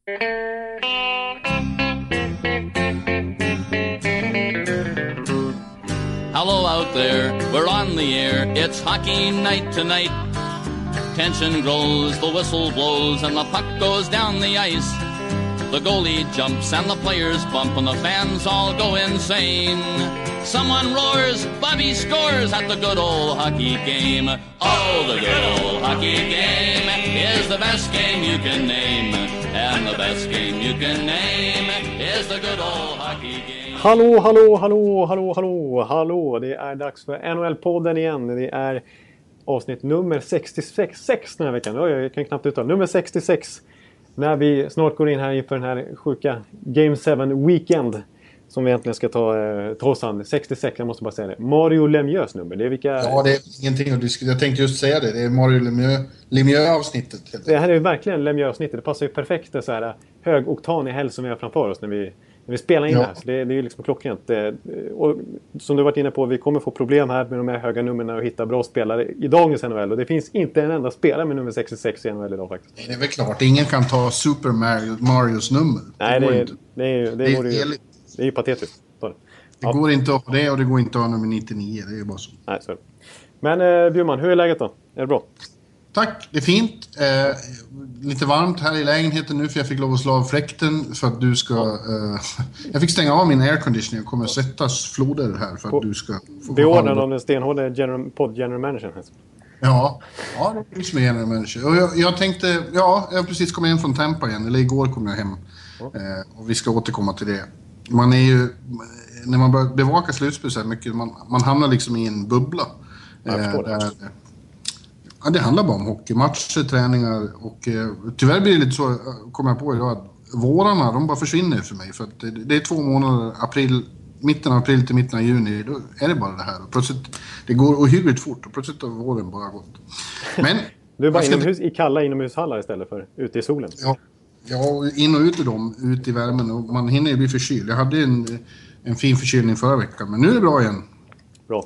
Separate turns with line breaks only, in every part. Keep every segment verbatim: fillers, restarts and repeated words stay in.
Hello out there, we're on the air, it's hockey night tonight. Tension grows, the whistle blows, and the puck goes down the ice. The goalie jumps and the players bump and the fans all go insane. Someone roars, Bobby scores at the good old hockey game. Oh, the good old hockey game is the best game you can name. And the best game you can name is the good old hockey game.
Hallå, hallå, hallå, hallå, hallå, hallå. Det är dags för N H L-podden igen. Det är avsnitt nummer sextiosex den här veckan. Oj, jag kan knappt uttala. Nummer sextiosex. När vi snart går in här inför den här sjuka Game seven Weekend. Som vi egentligen ska ta, ta oss an. sextiosex, jag måste bara säga det. Mario Lemieux nummer. Det är vilka...
Ja, det är ingenting att diskutera. Jag tänkte just säga det. Det är Mario Lemieux, Lemieux-avsnittet.
Det här är ju verkligen Lemieux-avsnittet. Det passar ju perfekt det så här högoktan i helg som vi har framför oss när vi, när vi spelar in ja. här. Så det, det är ju liksom klockrent. Och som du varit inne på, vi kommer få problem här med de här höga numren och hitta bra spelare i dagens N H L. Och det finns inte en enda spelare med nummer sextiosex i N H L idag faktiskt.
Nej, det är väl klart. Ingen kan ta Super Mario, Marios nummer.
Nej,
det,
det,
går
är,
inte.
det, är, det, det, är, det, är, ju, det är ju patetiskt. Det,
det
ja.
går inte att ha det och det går inte att ha nummer nittionio. Det är ju bara så.
Nej, så är det. Men eh, Bjurman, hur är läget då? Är det bra?
Tack, det är fint. Eh, lite varmt här i lägenheten nu för jag fick lov att slå av fläkten för att du ska... Eh, jag fick stänga av min airconditioning och kommer att sättas floder här för att på, du ska...
Beordran av den stenhårda general, podd general managern.
Ja, ja, det finns med general manager. Och jag, jag tänkte, ja, jag har precis kommit hem från Tampa igen, eller igår kom jag hem. Eh, och vi ska återkomma till det. Man är ju... När man börjar bevaka slutspel så här mycket, man, man hamnar liksom i en bubbla.
Jag förstår
eh,
det.
Där, ja, det handlar bara om hockey, matcher, träningar och eh, tyvärr blir det lite så, kommer jag på idag, att vårarna, de bara försvinner för mig. För att det, det är två månader, april, mitten av april till mitten av juni, då är det bara det här. Och plötsligt, det går ohyggligt fort och plötsligt har våren bara gått. Men...
du är bara
ska...
inomhus, i kalla inomhushallar istället för ute i solen.
Ja, ja, in och ut ur dem, ut i värmen och man hinner ju bli förkyld. Jag hade en, en fin förkylning förra veckan, men nu är det bra igen.
Bra.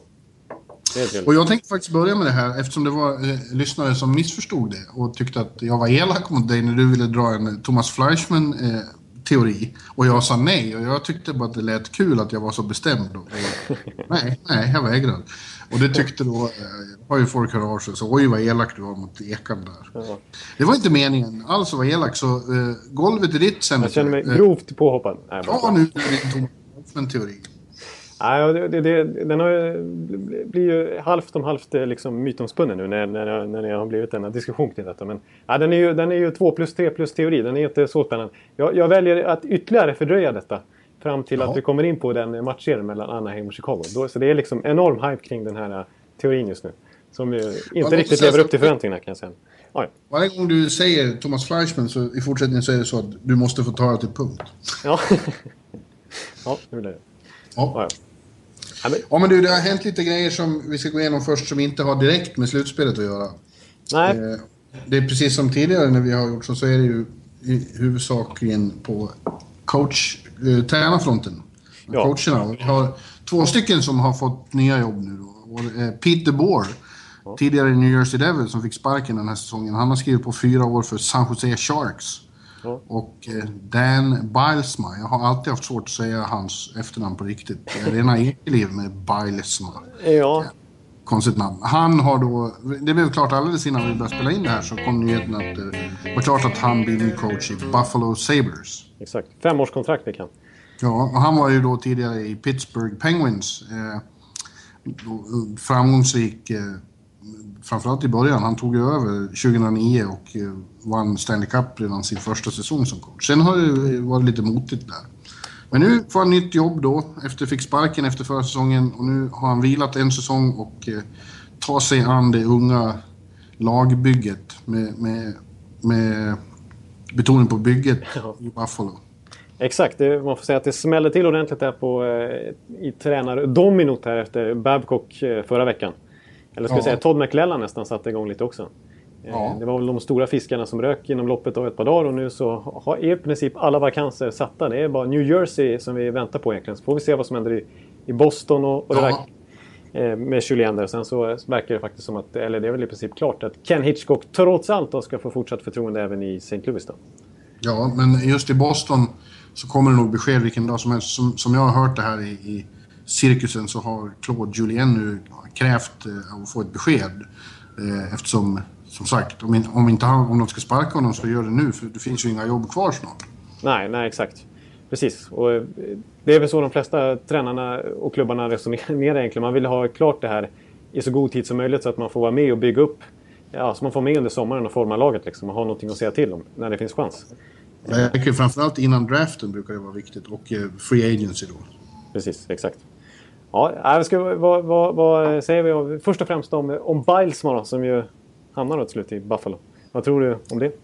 Och jag tänkte faktiskt börja med det här eftersom det var eh, lyssnare som missförstod det och tyckte att jag var elak mot dig när du ville dra en Thomas Fleischmann eh, teori och jag sa nej och jag tyckte bara att det lät kul att jag var så bestämd och, och, nej, nej, jag vägrade. Och det tyckte då, eh, har ju folk hört av sig så oj vad elak du var mot Ekan där. Ja. Det var inte meningen alls att vara elak så eh, golvet är ditt sen.
Jag känner mig eh, grovt påhoppad. Nej,
ja, nu är det Thomas Fleischmann teori.
Nej, det, det, det, den har, blir ju halvt om halvt liksom mytomspunnen nu när, när, när det har blivit en diskussion kring detta. Men ja, den är ju, den är ju två plus tre plus teori. Den är inte så spännande. Jag, jag väljer att ytterligare fördröja detta fram till Jaha. att vi kommer in på den matchserien mellan Anaheim och Chicago. Då, så det är liksom enorm hype kring den här teorin just nu. Som ju inte ja, riktigt lever upp till förväntningarna kan jag säga. Ja.
Varje gång du säger Thomas Fleischmann så i fortsättningen så är det så att du måste få ta det till punkt.
Ja, ja det blir det.
Ja. Ja. Ja, men du, det har hänt lite grejer som vi ska gå igenom först som inte har direkt med slutspelet att göra.
Nej.
Eh, det är precis som tidigare när vi har gjort så, så är det ju i huvudsakligen på coach, eh, tränarfronten. Ja. Coacherna. Vi har två stycken som har fått nya jobb nu då. Och, eh, Pete DeBoer, ja. tidigare i New Jersey Devils som fick sparken den här säsongen. Han har skrivit på fyra år för San Jose Sharks. Ja. Och eh, Dan Bilesma, jag har alltid haft svårt att säga hans efternamn på riktigt. Det är rena ekeliv med Bilesma.
Ja.
Konstigt namn. Han har då, det blev klart alldeles innan vi började spela in det här så kom nyheten att det var klart att han blir ny coach i Buffalo Sabres.
Exakt, femårskontrakt fick han.
Ja, och han var ju då tidigare i Pittsburgh Penguins. Eh, framgångsrik... Eh, framförallt i början. Han tog över tjugohundranio och eh, vann Stanley Cup redan sin första säsong som coach. Sen har det varit lite motigt där. Men nu får han nytt jobb då. Efter fick sparken efter förra säsongen. Och nu har han vilat en säsong och eh, tar sig an det unga lagbygget med, med, med betoning på bygget i Buffalo.
Exakt, det, man får säga att det smällde till ordentligt där på, eh, i tränardominot här efter Babcock eh, förra veckan. Eller ska ja. jag säga, Todd McLellan nästan satte igång lite också. Ja. Eh, det var väl de stora fiskarna som rök inom loppet av ett par dagar och nu så har i princip alla vakanser satta. Det är bara New Jersey som vi väntar på egentligen. Så får vi se vad som händer i, i Boston och, och ja. det där eh, med Julien där. Sen så verkar det faktiskt som att, eller det är väl i princip klart att Ken Hitchcock trots allt då ska få fortsatt förtroende även i Saint Louis då.
Ja, men just i Boston så kommer det nog besked vilken dag som helst. Som, som jag har hört det här i, i cirkusen så har Claude Julien nu krävt eh, att få ett besked. Eh, eftersom, som sagt, om, in, om, inte han, om de ska sparka honom så gör det nu. För det finns ju inga jobb kvar snart.
Nej, nej exakt. Precis. Och det är väl så de flesta tränarna och klubbarna resonerar egentligen. Man vill ha klart det här i så god tid som möjligt så att man får vara med och bygga upp. Ja, så man får med under sommaren och forma laget liksom, och ha någonting att säga till om när det finns chans.
Jag tycker framförallt innan draften brukar det vara viktigt och free agency då.
Precis, exakt. Ja, ska, vad, vad, vad säger vi först och främst om, om Bilesma som ju hamnar till slut i Buffalo. Vad tror du om det?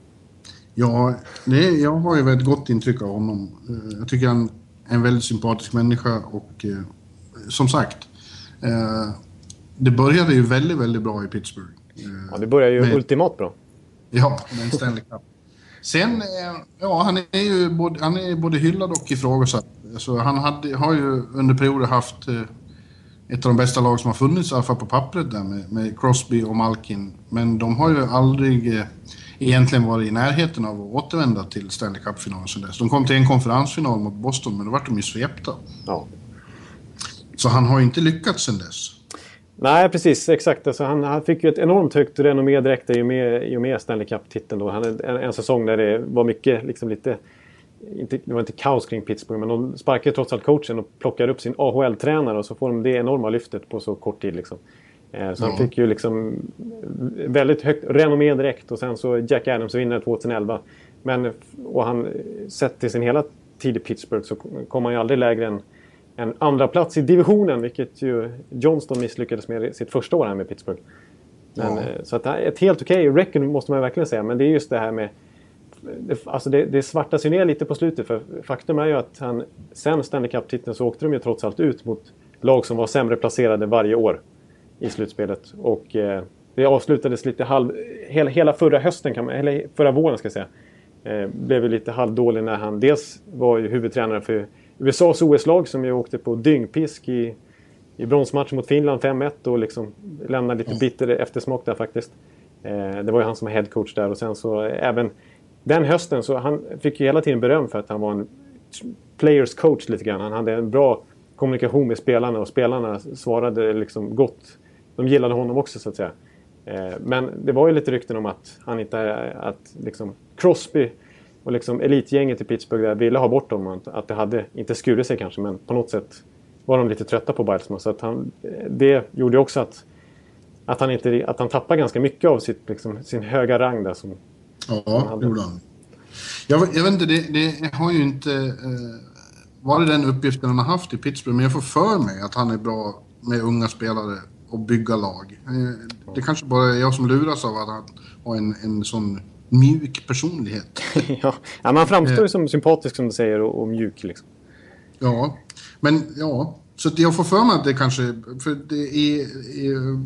Ja, det, jag har ju ett gott intryck av honom. Jag tycker han är en väldigt sympatisk människa och eh, som sagt, eh, det började ju väldigt, väldigt bra i Pittsburgh. Eh,
ja, det börjar ju
med,
ultimat bra.
Ja, med en Stanley Cup. Sen, eh, ja, han är ju både, han är både hyllad och ifrågasatt. Alltså, han hade, har ju under perioder haft eh, ett av de bästa lag som har funnits, i alla fall på pappret där med, med Crosby och Malkin. Men de har ju aldrig... Eh, egentligen var i närheten av att återvända till Stanley Cup-finalen sen dess. De kom till en konferensfinal mot Boston, men då var de ju svepta.
Ja. Så
han har ju inte lyckats sen dess.
Nej, precis. Exakt. Alltså, han, han fick ju ett enormt högt renommé direkt i och med, i och med Stanley Cup-titeln. Då. Han hade en, en säsong där det var mycket, liksom lite... Inte, det var inte kaos kring Pittsburgh, men de sparkade trots allt coachen och plockade upp sin A H L-tränare och så får de det enorma lyftet på så kort tid liksom. Så han fick ju liksom väldigt högt renommé direkt och sen så Jack Adams vinner tjugoelva. Men, och han sett till sin hela tid i Pittsburgh så kom han ju aldrig lägre än en andra plats i divisionen, vilket ju Johnston misslyckades med sitt första år här med Pittsburgh. Men, ja. Så att det är ett helt okej okay record måste man verkligen säga, men det är just det här med det, alltså det, det svartas ju ner lite på slutet, för faktum är ju att han sen Stanley Cup-titeln så åkte de ju trots allt ut mot lag som var sämre placerade varje år i slutspelet. Och eh, det avslutades lite halv... Hela, hela förra hösten, kan man, eller förra våren ska jag säga, eh, blev ju lite halvdålig när han dels var ju huvudtränare för U S A's O S-lag som ju åkte på dyngpisk i, i bronsmatchen mot Finland fem ett och liksom lämnade lite bitter eftersmak där faktiskt. Eh, det var ju han som var headcoach där och sen så eh, även den hösten så han fick ju hela tiden beröm för att han var en players coach lite grann. Han hade en bra kommunikation med spelarna och spelarna svarade liksom gott. De gillade honom också så att säga. Eh, men det var ju lite rykten om att han inte, att liksom Crosby och liksom elitgänget i Pittsburgh där ville ha bort honom. Att det hade inte skurit sig kanske, men på något sätt var de lite trötta på Bilesma. Så att han, det gjorde också att, att, han inte, att han tappade ganska mycket av sitt, liksom, sin höga rang där. Som,
ja, det gjorde han. Jag, jag vet inte, det, det har ju inte eh, varit den uppgiften han har haft i Pittsburgh. Men jag får för mig att han är bra med unga spelare och bygga lag. Eh, det kanske bara är jag som luras av att han har en, en sån mjuk personlighet.
ja. ja, man framstår ju som sympatisk som du säger och, och mjuk liksom.
Ja, men ja. Så jag får för mig att det kanske... För det är... är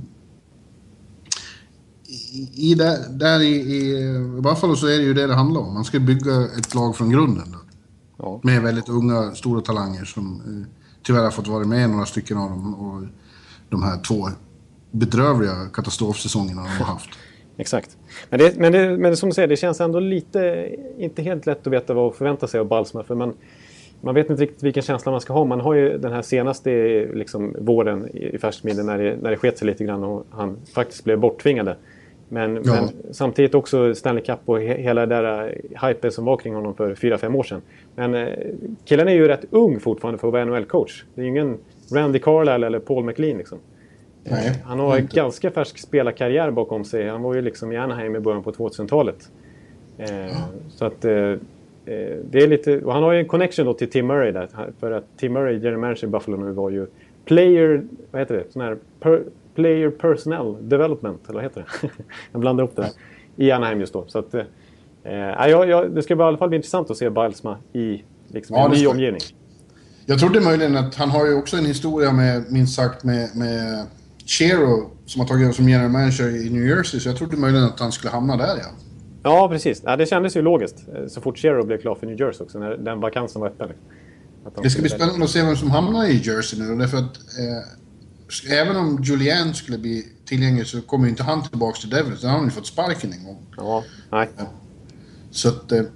I, i där, där i, i Buffalo så är det ju det det handlar om. Man ska bygga ett lag från grunden. Då. Ja. Med väldigt unga, stora talanger som eh, tyvärr har fått vara med några stycken av dem. Och de här två bedrövliga katastrofsäsongerna de har haft.
Exakt. Men, det, men, det, men det, som du säger, det känns ändå lite, inte helt lätt att veta vad att förvänta sig av Bilesma. För man, man vet inte riktigt vilken känsla man ska ha. Man har ju den här senaste liksom, våren i, i färskminne när det, när det sket sig lite grann och han faktiskt blev borttvingade. Men, ja. men samtidigt också Stanley Cup och he, hela det där hype som var kring honom för fyra fem år sedan. Men eh, killen är ju rätt ung fortfarande för att vara N H L-coach. Det är ju ingen Randy Carlyle eller Paul McLean liksom.
Nej,
han har en ganska färsk spelarkarriär bakom sig. Han var ju liksom i Anaheim i början på tvåtusentalet. Eh, ja. Så att eh, det är lite... Och han har ju en connection då till Tim Murray där. För att Tim Murray, general manager i Buffalo nu, var ju player... Vad heter det? Sån här... Per, player personnel development, eller vad heter det? Jag blandar upp det där. I Anaheim just då. Så att... Eh, ja, ja, det ska i alla fall bli intressant att se Bilesma i liksom, ja, en ny omgivning.
Jag trodde möjligen att han har ju också en historia med, minst sagt, med... med Chero som har tagit över som general manager i New Jersey, så jag trodde möjligen att han skulle hamna där, ja.
Ja, precis. Ja, det kändes ju logiskt. Så fort Chero blev klar för New Jersey också, när den vakansen var öppen.
Det ska bli spännande att se vem som hamnar i Jersey nu, därför att eh, även om Julien skulle bli tillgänglig så kommer ju inte han tillbaka till Devils. Där har han ju fått sparken en gång.
Ja, nej. Ja.
Så att, eh,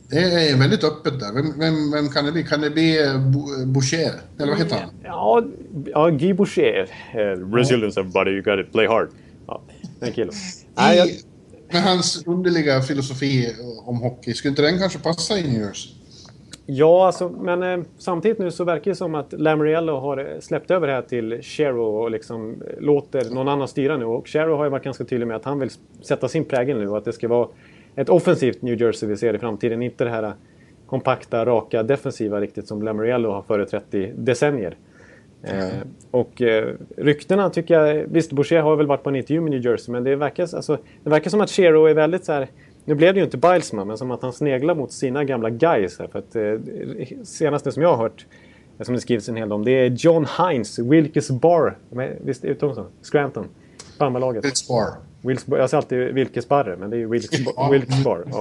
Det är väldigt öppet där. Vem, vem, vem kan det bli? Kan det bli Boucher? Eller vad heter han?
Ja, ja Guy Boucher. Uh, Resilience everybody, you got it, play hard. Ja, den killen.
I, jag... Med hans underliga filosofi om hockey, skulle inte den kanske passa in i Jersey?
Ja, alltså, men eh, samtidigt nu så verkar det som att Lamoriello har släppt över det här till Shero och liksom låter någon annan styra nu. Och Shero har ju varit ganska tydlig med att han vill sätta sin prägel nu och att det ska vara ett offensivt New Jersey vi ser i framtiden. Inte det här kompakta, raka, defensiva riktigt som Lamoriello har företrätt i decennier. Mm. Eh, och eh, ryktena tycker jag, visst Boucher har väl varit på en intervju med New Jersey, men det verkar, alltså, det verkar som att Shero är väldigt så här. Nu blev det ju inte Bilesma, men som att han sneglar mot sina gamla guys här. För att eh, senaste som jag har hört, som det skrivs en hel del om, det är John Hines, Wilkes Barre. Visst är det så? Scranton, Palmalaget.
Wilkes Barre.
Wilkes, jag säger alltid Wilkes Barre, men det är ju Wilkes, Wilkes Barre. Ja.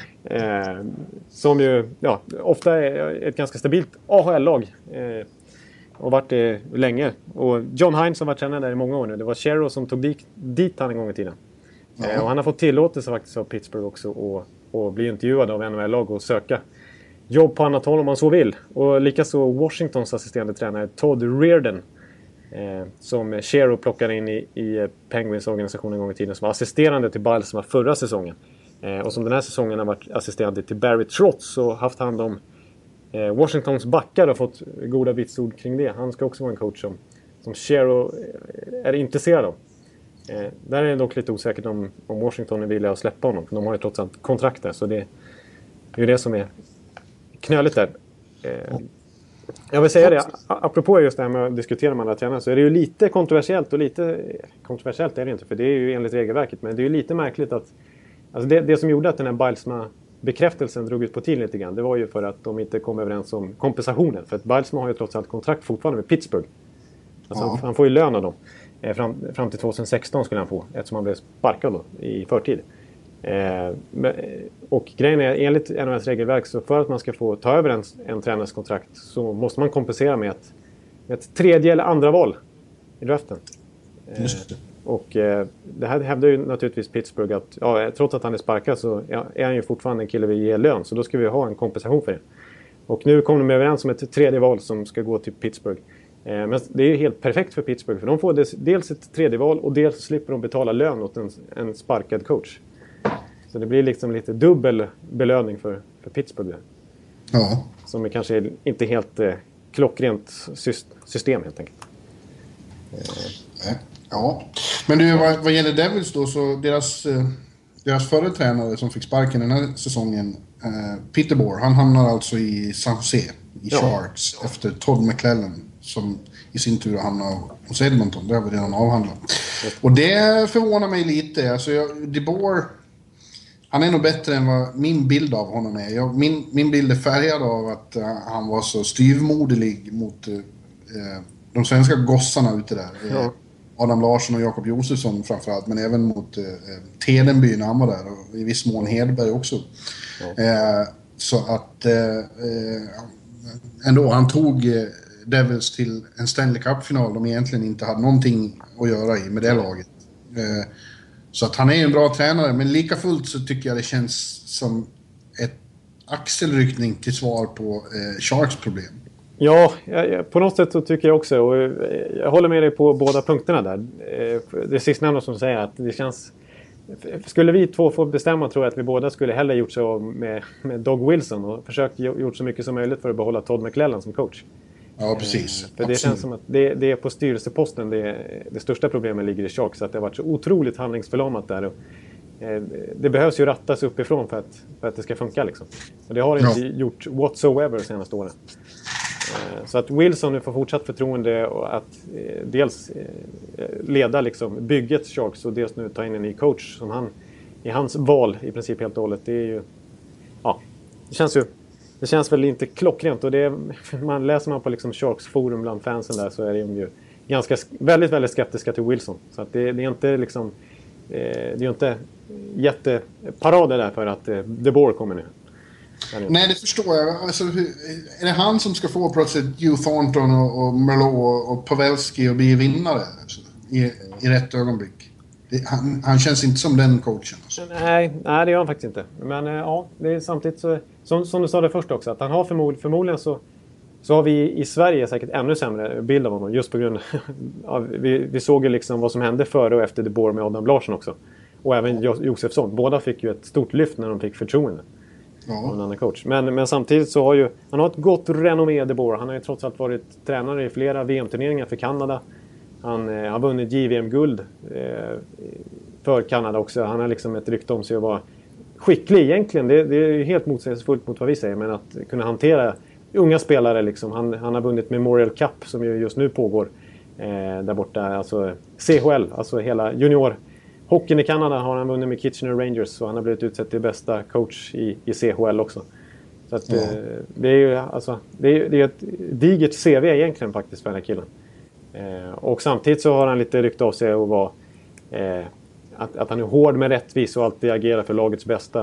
Eh, som ju ja, ofta är ett ganska stabilt A H L-lag. Eh, och varit det länge. Och John Hines har varit tränare där i många år nu. Det var Shero som tog dit, dit han en gång i tiden. Ja. Och han har fått tillåtelse faktiskt av Pittsburgh också och, och bli intervjuad av N H L-lag och söka jobb på annat håll om man så vill. Och likaså Washingtons assisterande tränare Todd Reardon eh, som Shero plockade in i, i Penguins organisation en gång i tiden, som var assisterande till Bilesma förra säsongen. Eh, och som den här säsongen har varit assisterande till Barry Trotz och haft hand om eh, Washingtons backar och fått goda vitsord kring det. Han ska också vara en coach som, som Shero är intresserad av. Eh, där är det dock lite osäkert om, om Washington är villiga att släppa honom. För de har ju trots allt kontrakt där. Så det, det är ju det som är knöligt där. Eh, jag vill säga det. Apropå just det här med att diskutera med alla tränare. Så är det ju lite kontroversiellt. Och lite kontroversiellt är det inte. För det är ju enligt regelverket. Men det är ju lite märkligt att... Alltså det, det som gjorde att den här Bilesma-bekräftelsen drog ut på tiden lite grann. Det var ju för att de inte kom överens om kompensationen. För att Bilesma har ju trots allt kontrakt fortfarande med Pittsburgh. Alltså ja. han, han får ju lön av dem. Fram, fram till tjugohundrasexton skulle han få, eftersom han blev sparkad då, i förtid. Eh, och grejen är, enligt N H L:s regelverk, så för att man ska få ta över en, en tränarens kontrakt så måste man kompensera med ett, ett tredje eller andra val i draften. Eh, och eh, det här hävdar ju naturligtvis Pittsburgh att ja, trots att han är sparkad så är han ju fortfarande en kille vi ger lön, så då ska vi ha en kompensation för det. Och nu kommer de överens om ett tredje val som ska gå till Pittsburgh. Men det är ju helt perfekt för Pittsburgh, för de får dels ett tredje val och dels slipper de betala lön åt en, en sparkad coach. Så det blir liksom lite dubbel belöning för, för Pittsburgh.
Ja.
Som är kanske inte helt eh, klockrent system helt enkelt.
Eh. Ja, men du, vad, vad gäller Devils då, så deras, eh, deras förre tränare som fick sparken den här säsongen, eh, Peter Bohr, han hamnar alltså i San Jose, i ja. Sharks, efter Todd McLellan, som i sin tur hamnar hos Edmonton. Det har vi redan avhandlat. Och det förvånar mig lite. Alltså, jag, De Boer, han är nog bättre än vad min bild av honom är. Jag, min, min bild är färgad av att uh, han var så styvmoderlig mot uh, de svenska gossarna ute där. Ja. Adam Larsson och Jakob Josefsson framförallt, men även mot uh, Tedenby när han var där. Och i viss mån Hedberg också. Ja. Uh, så att uh, ändå, han tog... Uh, Devils till en Stanley Cup-final de egentligen inte hade någonting att göra i med det laget. Eh, så att han är ju en bra tränare, men lika fullt så tycker jag det känns som ett axelryckning till svar på eh, Sharks problem.
Ja, jag, på något sätt så tycker jag också, och jag håller med dig på båda punkterna där. Eh, det sistnämnda som säger att det känns... Skulle vi två få bestämma, tror jag att vi båda skulle hellre gjort så med, med Doug Wilson och försökt gjort så mycket som möjligt för att behålla Todd McLellan som coach.
Ja, precis.
För det känns som att det, det är på styrelseposten det, det största problemet ligger i Sharks, så att det har varit så otroligt handlingsförlamat där. Och, eh, det behövs ju rattas uppifrån för att, för att det ska funka liksom. Och det har det inte ja. gjort whatsoever de senaste åren. Eh, så att Wilson nu får fortsatt förtroende och att eh, dels eh, leda liksom bygget Sharks och dels nu ta in en ny coach som han i hans val i princip helt och hållet. Det är ju, ja, det känns ju Det känns väl inte klockrent, och det är, man läser man på liksom Sharks forum bland fansen där, så är de ju ganska, väldigt, väldigt skeptiska till Wilson. Så att det, det är inte liksom eh, det är ju inte jätteparader där för att eh, De Boer kommer nu.
Nej, det förstår jag. Alltså, är det han som ska få plötsligt Hugh Thornton och, och Merlot och, och Pavelski och bli vinnare alltså, i, i rätt ögonblick? Det, han, han känns inte som den coachen. Alltså.
Nej, nej, det gör han faktiskt inte. Men eh, ja, det är samtidigt så som, som du sa det först också, att han har förmod, förmodligen så, så har vi i Sverige säkert ännu sämre bild av honom. Just på grund av, vi, vi såg ju liksom vad som hände före och efter De Boer med Adam Larsson också. Och även Josefsson. Båda fick ju ett stort lyft när de fick förtroende. Ja. Av en annan coach. Men, men samtidigt så har ju, han har ett gott renommé, De Boer. Han har ju trots allt varit tränare i flera V M-turneringar för Kanada. Han eh, har vunnit J V M-guld eh, för Kanada också. Han har liksom ett rykte om sig att vara skicklig egentligen. Det, det är ju helt motsägelsefullt mot vad vi säger. Men att kunna hantera unga spelare liksom. Han, han har vunnit Memorial Cup som ju just nu pågår eh, där borta. Alltså C H L, alltså hela junior. Hockeyn i Kanada har han vunnit med Kitchener Rangers. Så han har blivit utsett till bästa coach i, i C H L också. Så att, ja. eh, det är ju alltså, det är, det är ett digert C V egentligen faktiskt för den här killen. Eh, och samtidigt så har han lite rykte av sig att vara eh, att, att han är hård med rättvis och alltid agerar för lagets bästa.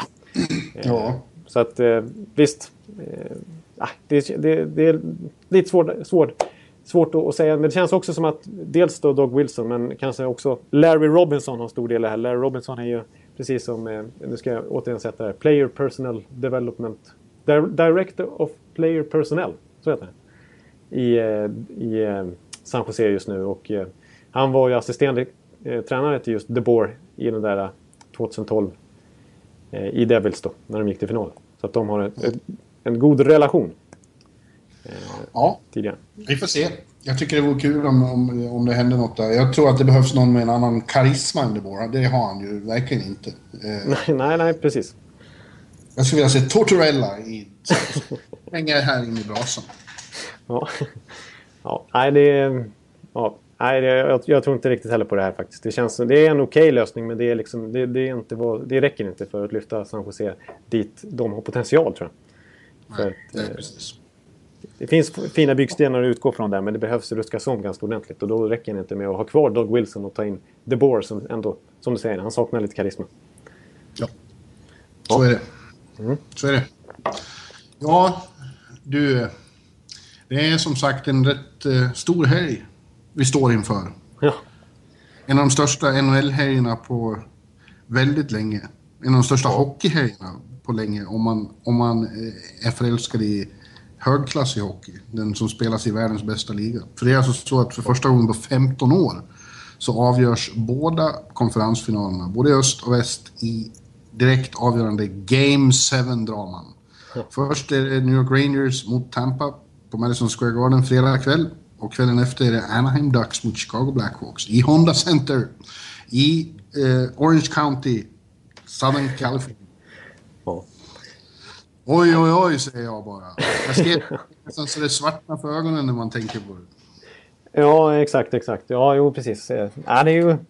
Eh,
ja.
Så att eh, visst eh, det, det, det är lite svårt, svårt, svårt att säga, men det känns också som att dels då Doug Wilson, men kanske också Larry Robinson har stor del i det här. Larry Robinson är ju precis som, eh, nu ska jag återigen sätta det här, Player Personnel Development Director of Player Personnel, så heter det, i, i eh, San Jose just nu. Och eh, han var ju assisterande eh, tränare till just De Boer i den där tjugohundratolv eh, i Devils då, när de gick till final. Så att de har ett, ett, en god relation. Eh,
ja,
tidigare.
Vi får se. Jag tycker det vore kul om, om, om det händer något där. Jag tror att det behövs någon med en annan karisma än De Boer. Det har han ju verkligen inte. Eh,
nej, nej, nej, precis.
Jag skulle vilja se Tortorella i hänger här inne i brasan.
Ja. Ja, nej, det, ja, nej det, jag, jag tror inte riktigt heller på det här faktiskt. Det känns, det är en okej lösning, men det, är liksom, det, det, är inte vad, det räcker inte för att lyfta San Jose dit de har potential, tror jag.
Nej,
att,
nej,
eh,
precis.
Det finns fina byggstenar att utgå från där, men det behövs ruskas om ganska ordentligt. Och då räcker det inte med att ha kvar Doug Wilson och ta in De Boer som ändå, som du säger, han saknar lite karisma.
Ja, så ja. är det. Mm. Så är det. Ja, du... Det är som sagt en rätt eh, stor helg vi står inför.
Ja.
En av de största N H L-helgerna på väldigt länge. En av de största ja. hockeyhelgerna på länge. Om man, om man eh, är förälskad i högklassig hockey. Den som spelas i världens bästa liga. För det är alltså så att för första gången på femton år så avgörs båda konferensfinalerna, både i öst och väst, i direkt avgörande Game sju-draman. Ja. Först är det New York Rangers mot Tampa på Madison Square Garden fredag kväll. Och kvällen efter är det Anaheim Ducks mot Chicago Blackhawks i Honda Center i eh, Orange County, Southern California.
Ja.
Oj, oj, oj, säger jag bara. Jag skrev nästan så det svartnar för ögonen när man tänker på det.
Ja, exakt, exakt. Ja, jo, precis. Ja, det är ju...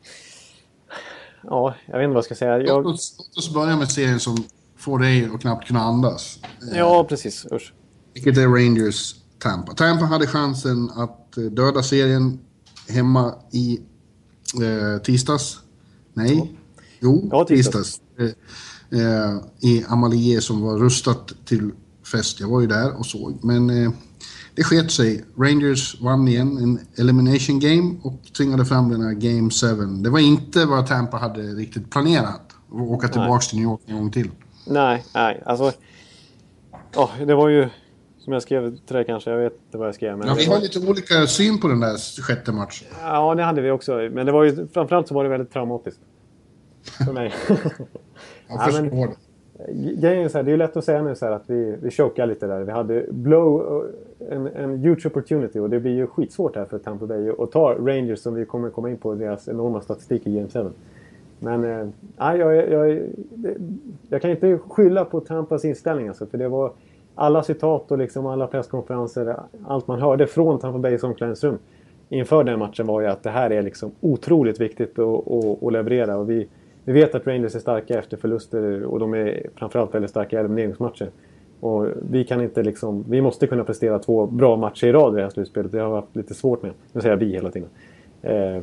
Ja, jag vet inte vad jag ska säga. Jag...
Låt oss, låt oss börja med serien som får dig att knappt kunna andas.
Ja, precis. Usch.
Vilket är Rangers Tampa. Tampa hade chansen att döda serien hemma i eh, tisdags. Nej. Ja. Jo, ja, tisdags. tisdags. Eh, eh, I Amalie som var rustat till fest. Jag var ju där och såg. Men eh, det sket sig. Rangers vann igen en elimination game och tvingade fram den här Game sju. Det var inte vad Tampa hade riktigt planerat. Att åka tillbaka till New York en gång till.
Nej, nej. Alltså, oh, det var ju... Som jag skrev till dig kanske, jag vet inte vad jag skrev. Men
ja, vi
var...
har lite olika syn på den där sjätte matchen.
Ja, det hade vi också. Men det var ju, framförallt så var det väldigt traumatiskt. För mig.
jag förstår ja,
det. Grejen är så här, det är ju lätt att säga nu så här att vi, vi chokar lite där. Vi hade blow, en, en huge opportunity och det blir ju skitsvårt här för Tampa Bay att ta Rangers som vi kommer komma in på deras enorma statistik i Game sju. Men äh, jag, jag, jag, jag kan inte skylla på Tampas inställning alltså, för det var alla citat och liksom alla presskonferenser, allt man hörde från Tampa Bays omklädningsrum inför den matchen var ju att det här är liksom otroligt viktigt att, att, att leverera. Och vi, vi vet att Rangers är starka efter förluster och de är framförallt väldigt starka i elimineringsmatcher. Och vi kan inte liksom, vi måste kunna prestera två bra matcher i rad i det här slutspelet. Det har jag haft lite svårt med. Nu säger jag vi hela tiden. Eh,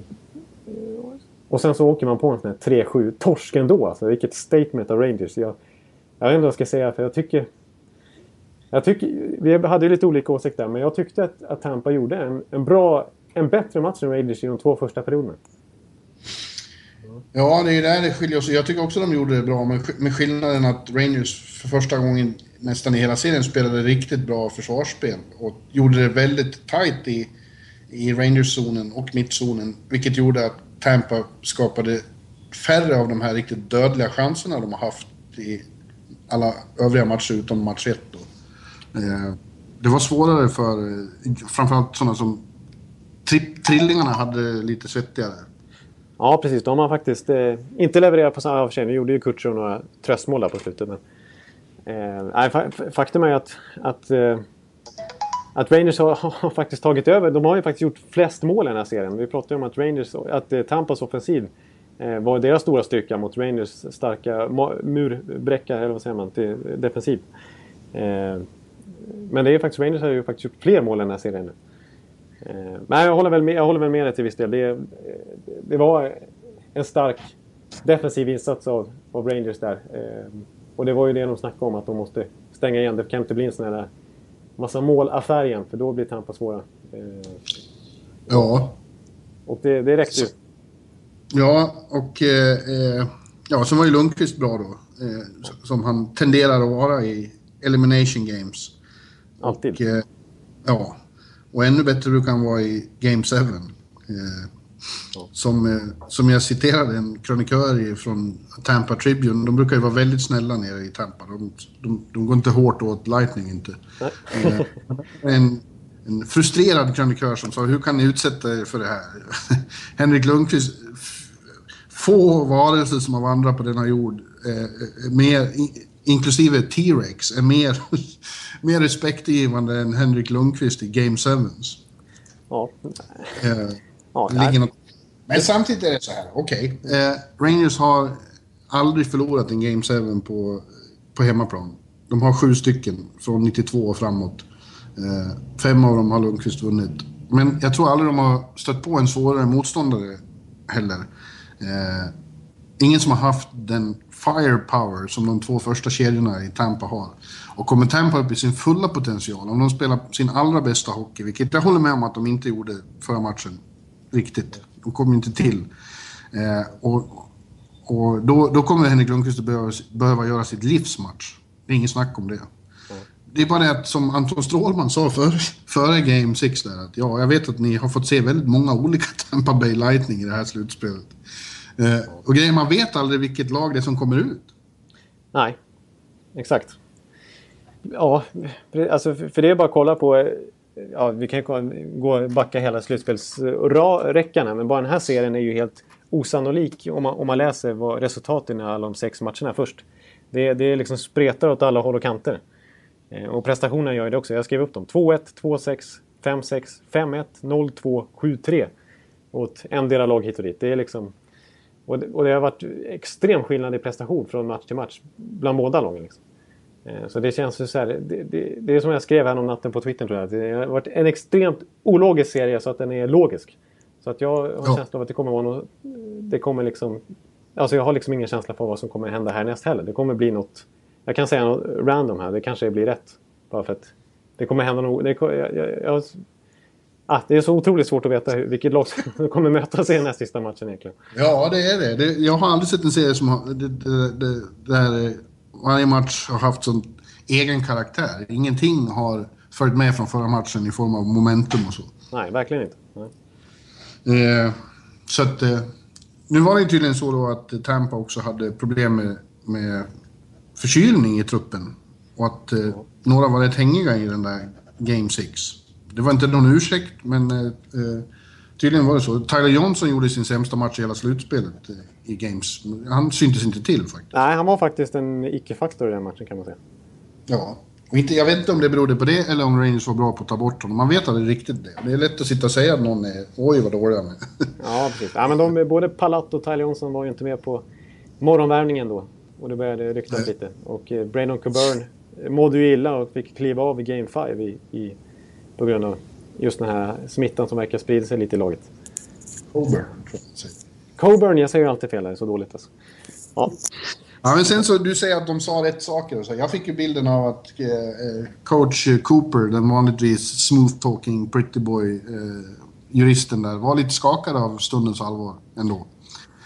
och sen så åker man på en sån här tre sju torsk ändå. Alltså, vilket statement av Rangers. Jag, jag vet inte vad jag ska säga, för jag tycker... Jag tycker, vi hade ju lite olika åsikter, men jag tyckte att, att Tampa gjorde en, en bra, en bättre match än Rangers i de två första perioderna.
Ja, det är där det skiljer sig. Jag tycker också de gjorde det bra, med skillnaden att Rangers för första gången nästan i hela serien spelade riktigt bra försvarsspel och gjorde det väldigt tight i, i Rangers-zonen och mittzonen, vilket gjorde att Tampa skapade färre av de här riktigt dödliga chanserna de har haft i alla övriga matcher utom match ett då. Eh, det var svårare för framförallt sådana som tri- trillingarna hade lite svettigare.
Ja, precis. De har faktiskt eh, inte levererat på samma avseende. Vi gjorde ju Kutcher några tröstmål där på slutet. Men, eh, faktum är att, att, eh, att Rangers har, har faktiskt tagit över. De har ju faktiskt gjort flest mål i den här serien. Vi pratade om att, Rangers, att eh, Tampas offensiv eh, var deras stora styrka mot Rangers starka murbräcka, eller vad säger man, till defensiv. Eh, men det är faktiskt, Rangers har ju faktiskt gjort fler mål i den här serien nu. Men jag håller väl med, jag håller väl med det till viss del. Det, det var en stark defensiv insats av, av Rangers där. Och det var ju det de snackade om, att de måste stänga igen. Det kan inte bli en sån här massa målaffär igen, för då blir Tampa svåra.
Ja.
Och det, det räckte ju.
Ja, och eh, ja, så var ju Lundqvist bra då. Eh, som han tenderar att vara i elimination games.
Alltid.
Och, eh, ja. Och ännu bättre du kan vara i Game sju. Eh, ja. som, eh, som jag citerade en krönikör från Tampa Tribune. De brukar ju vara väldigt snälla nere i Tampa. De, de, de går inte hårt åt Lightning inte. Eh, en, en frustrerad krönikör som sa, hur kan ni utsätta er för det här? Henrik Lundqvist, få varelser som har vandrat på denna jord, eh, mer, inklusive T-Rex, är mer... mer respektgivande än Henrik Lundqvist i Game sju.
Ja.
Eh, ja något... Men samtidigt är det så här, okej. Okay. Eh, Rangers har aldrig förlorat en Game sju på, på hemmaplan. De har sju stycken från nittiotvå och framåt. Eh, fem av dem har Lundqvist vunnit. Men jag tror aldrig de har stött på en svårare motståndare heller. Eh, ingen som har haft den firepower som de två första kedjorna i Tampa har. Och kommer Tampa upp i sin fulla potential, om de spelar sin allra bästa hockey, vilket jag håller med om att de inte gjorde förra matchen riktigt. De kom inte till. Eh, och och då, då kommer Henrik Lundqvist att behöva, behöva göra sitt livsmatch. Det är ingen snack om det. Mm. Det är bara det att, som Anton Strålman sa för, före Game sex där, att ja, jag vet att ni har fått se väldigt många olika Tampa Bay Lightning i det här slutspelet. Eh, och grejen, man vet aldrig vilket lag det är som kommer ut. Nej,
exakt. Ja, alltså för det är bara att kolla på, ja, vi kan gå och backa hela slutspelsräckan här, men bara den här serien är ju helt osannolik om man, om man läser vad resultaten är alla de sex matcherna först. Det, det är liksom spretar åt alla håll och kanter. Eh, och prestationen gör det också. Jag skrev upp dem. två ett, två sex, fem sex, fem ett, noll två, sju tre. Åt en del av lag hit och dit. Det är liksom... Och det, och det har varit extrem skillnad i prestation från match till match bland båda lagen. Liksom. Eh, så det känns ju så här... Det, det, det är som jag skrev här om natten på Twitter, tror jag. Det har varit en extremt ologisk serie så att den är logisk. Så att jag har ja. känsla av att det kommer vara något... Det kommer liksom... Alltså jag har liksom ingen känsla för vad som kommer hända härnäst heller. Det kommer bli något... Jag kan säga något random här. Det kanske blir rätt. Bara för att det kommer hända något... Det, jag, jag, jag, ah, det är så otroligt svårt att veta hur, vilket lag som kommer möta sig i den här sista matchen egentligen.
Ja, det är det. det jag har aldrig sett en serie som har... Det, det, det, där varje match har haft sån egen karaktär. Ingenting har följt med från förra matchen i form av momentum och så.
Nej, verkligen inte. Nej.
Eh, så att... Eh, nu var det tydligen så då att Tampa också hade problem med, med förkylning i truppen. Och att eh, några var rätt hängiga i den där Game sex. Det var inte någon ursäkt, men eh, tydligen var det så. Tyler Johnson gjorde sin sämsta match i hela slutspelet eh, i Games. Han syntes inte till faktiskt.
Nej, han var faktiskt en icke-faktor i den matchen, kan man säga.
Ja, och inte, jag vet inte om det berodde på det eller om Rangers var bra på att ta bort honom. Man vet aldrig riktigt det. Det är lätt att sitta och säga att någon är oj vad dålig han är.
Ja, precis. Ja, men de, både Palat och Tyler Johnson var ju inte med på morgonvärmningen då. Och det började ryktas lite. Och eh, Brandon Coburn mådde ju illa och fick kliva av i Game fem i, i, på grund av just den här smittan som verkar sprida sig lite i laget.
Coburn.
Coburn, jag säger ju alltid fel, det är så dåligt alltså. Ja.
Ja, men sen så, du säger att de sa rätt saker och så. Jag fick ju bilden av att eh, coach Cooper, den vanligtvis smooth talking pretty boy eh, juristen där, var lite skakad av stundens allvar ändå.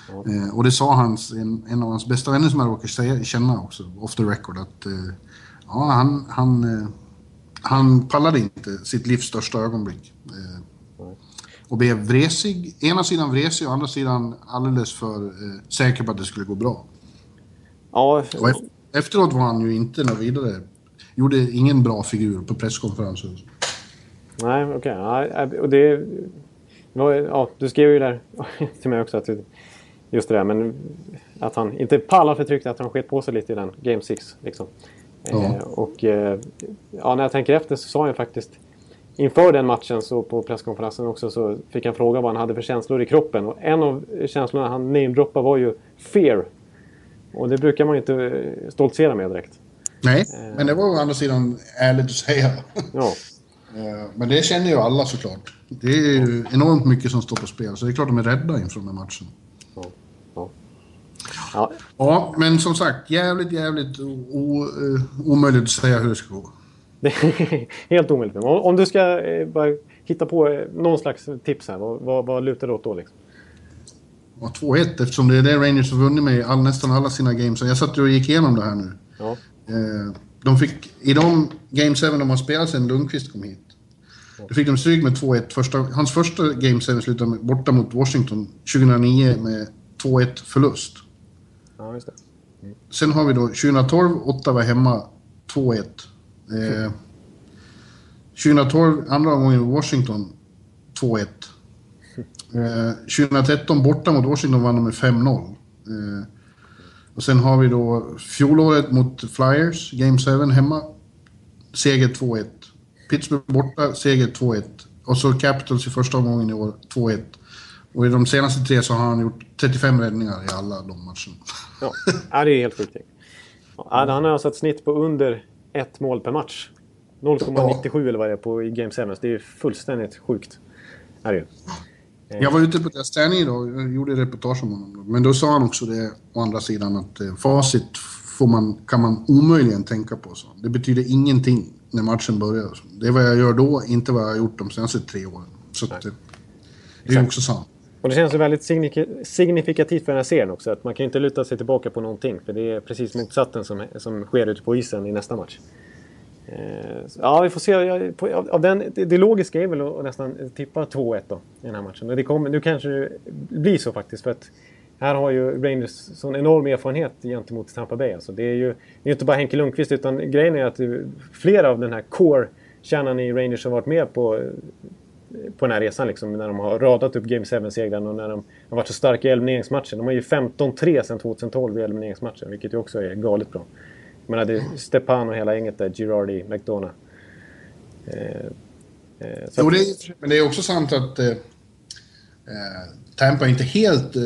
Ja. Eh, och det sa hans, en, en av hans bästa vänner som jag råkar säga, känna också, off the record, att eh, ja, han, han, eh, han pallade inte sitt livs största ögonblick. Eh, och blev vresig, ena sidan vresig och andra sidan alldeles för eh, säker på att det skulle gå bra.
Ja.
Och efter, efteråt var han ju inte något vidare. Gjorde ingen bra figur på presskonferensen.
Nej, okej. Okay. Ja, och det ja, du skrev ju där till mig också att just det där, men att han inte pallar för trycket, att han skett på sig lite i den Game sex liksom. Ja. Eh, och eh, ja, när jag tänker efter så sa han faktiskt inför den matchen, så på presskonferensen också, så fick han fråga vad han hade för känslor i kroppen, och en av känslorna han namedroppade var ju fear. Och det brukar man ju inte stoltsera med direkt.
Nej, eh. men det var å andra sidan ärligt att säga.
Ja.
Men det känner ju alla såklart. Det är ju enormt mycket som står på spel, så det är klart de är rädda inför den här matchen.
Ja, ja. Ja.
Ja, men som sagt, jävligt, jävligt o- o- omöjligt att säga hur det ska gå.
Det är helt omöjligt. Om du ska bara hitta på någon slags tips här, vad, vad, vad lutar det åt då liksom?
Ja, två ett, eftersom det är det Rangers har vunnit med all, nästan alla sina games. Jag satt och gick igenom det här nu.
Ja.
De fick, i de Game seven de har spelat sen Lundqvist kom hit, då fick de stryk med två ett. Första, hans första Game seven slutade med, borta mot Washington tjugohundranio med två ett förlust.
Ja, just det. Mm.
Sen har vi då tjugohundratolv, åtta var hemma, två ett. Eh, tjugohundratolv, andra gången Washington, två ett. Eh, tjugohundratretton, borta mot Washington vann de med fem noll. Eh, och sen har vi då fjolåret mot Flyers, Game seven hemma, seger två ett. Pittsburgh borta, seger två ett. Och så Capitals i första omgången i år, två ett. Och i de senaste tre så har han gjort trettiofem räddningar i alla de matcherna.
Ja, ja det är helt sjukt. Ja, han har alltså ett snitt på under ett mål per match. noll komma nittiosju ja. Eller vad det är på i Game seven. Det är fullständigt sjukt. Är det ju.
Jag var ute på deras träning idag och gjorde reportage om honom. Men då sa han också det å andra sidan att eh, facit får man, kan man omöjligen tänka på. Så. Det betyder ingenting när matchen börjar. Det är vad jag gör då, inte vad jag har gjort de senaste tre åren. Så att, eh, det är också sant. Och
det känns ju väldigt signifikativt för den här serien också. Att man kan inte luta sig tillbaka på någonting. För det är precis motsatsen som, som sker ute på isen i nästa match. Ja, vi får se. Av den, det, det logiska är väl att nästan tippa två ett då i den här matchen. Det kommer, nu kanske det blir så faktiskt, för att här har ju Rangers sån enorm erfarenhet gentemot Tampa Bay. Alltså det är ju det är inte bara Henke Lundqvist, utan grejen är att flera av den här core-kärnan i Rangers har varit med på, på den här resan liksom, när de har radat upp Game seven-segran och när de har varit så starka i elimineringsmatchen. De har ju femton tre sedan tjugohundratolv i elimineringsmatchen, vilket ju också är galet bra. Men det är Stepan och hela gänget där, Girardi, McDonough. Eh, eh,
jo, det är, men det är också sant att eh, Tampa är inte helt... Eh,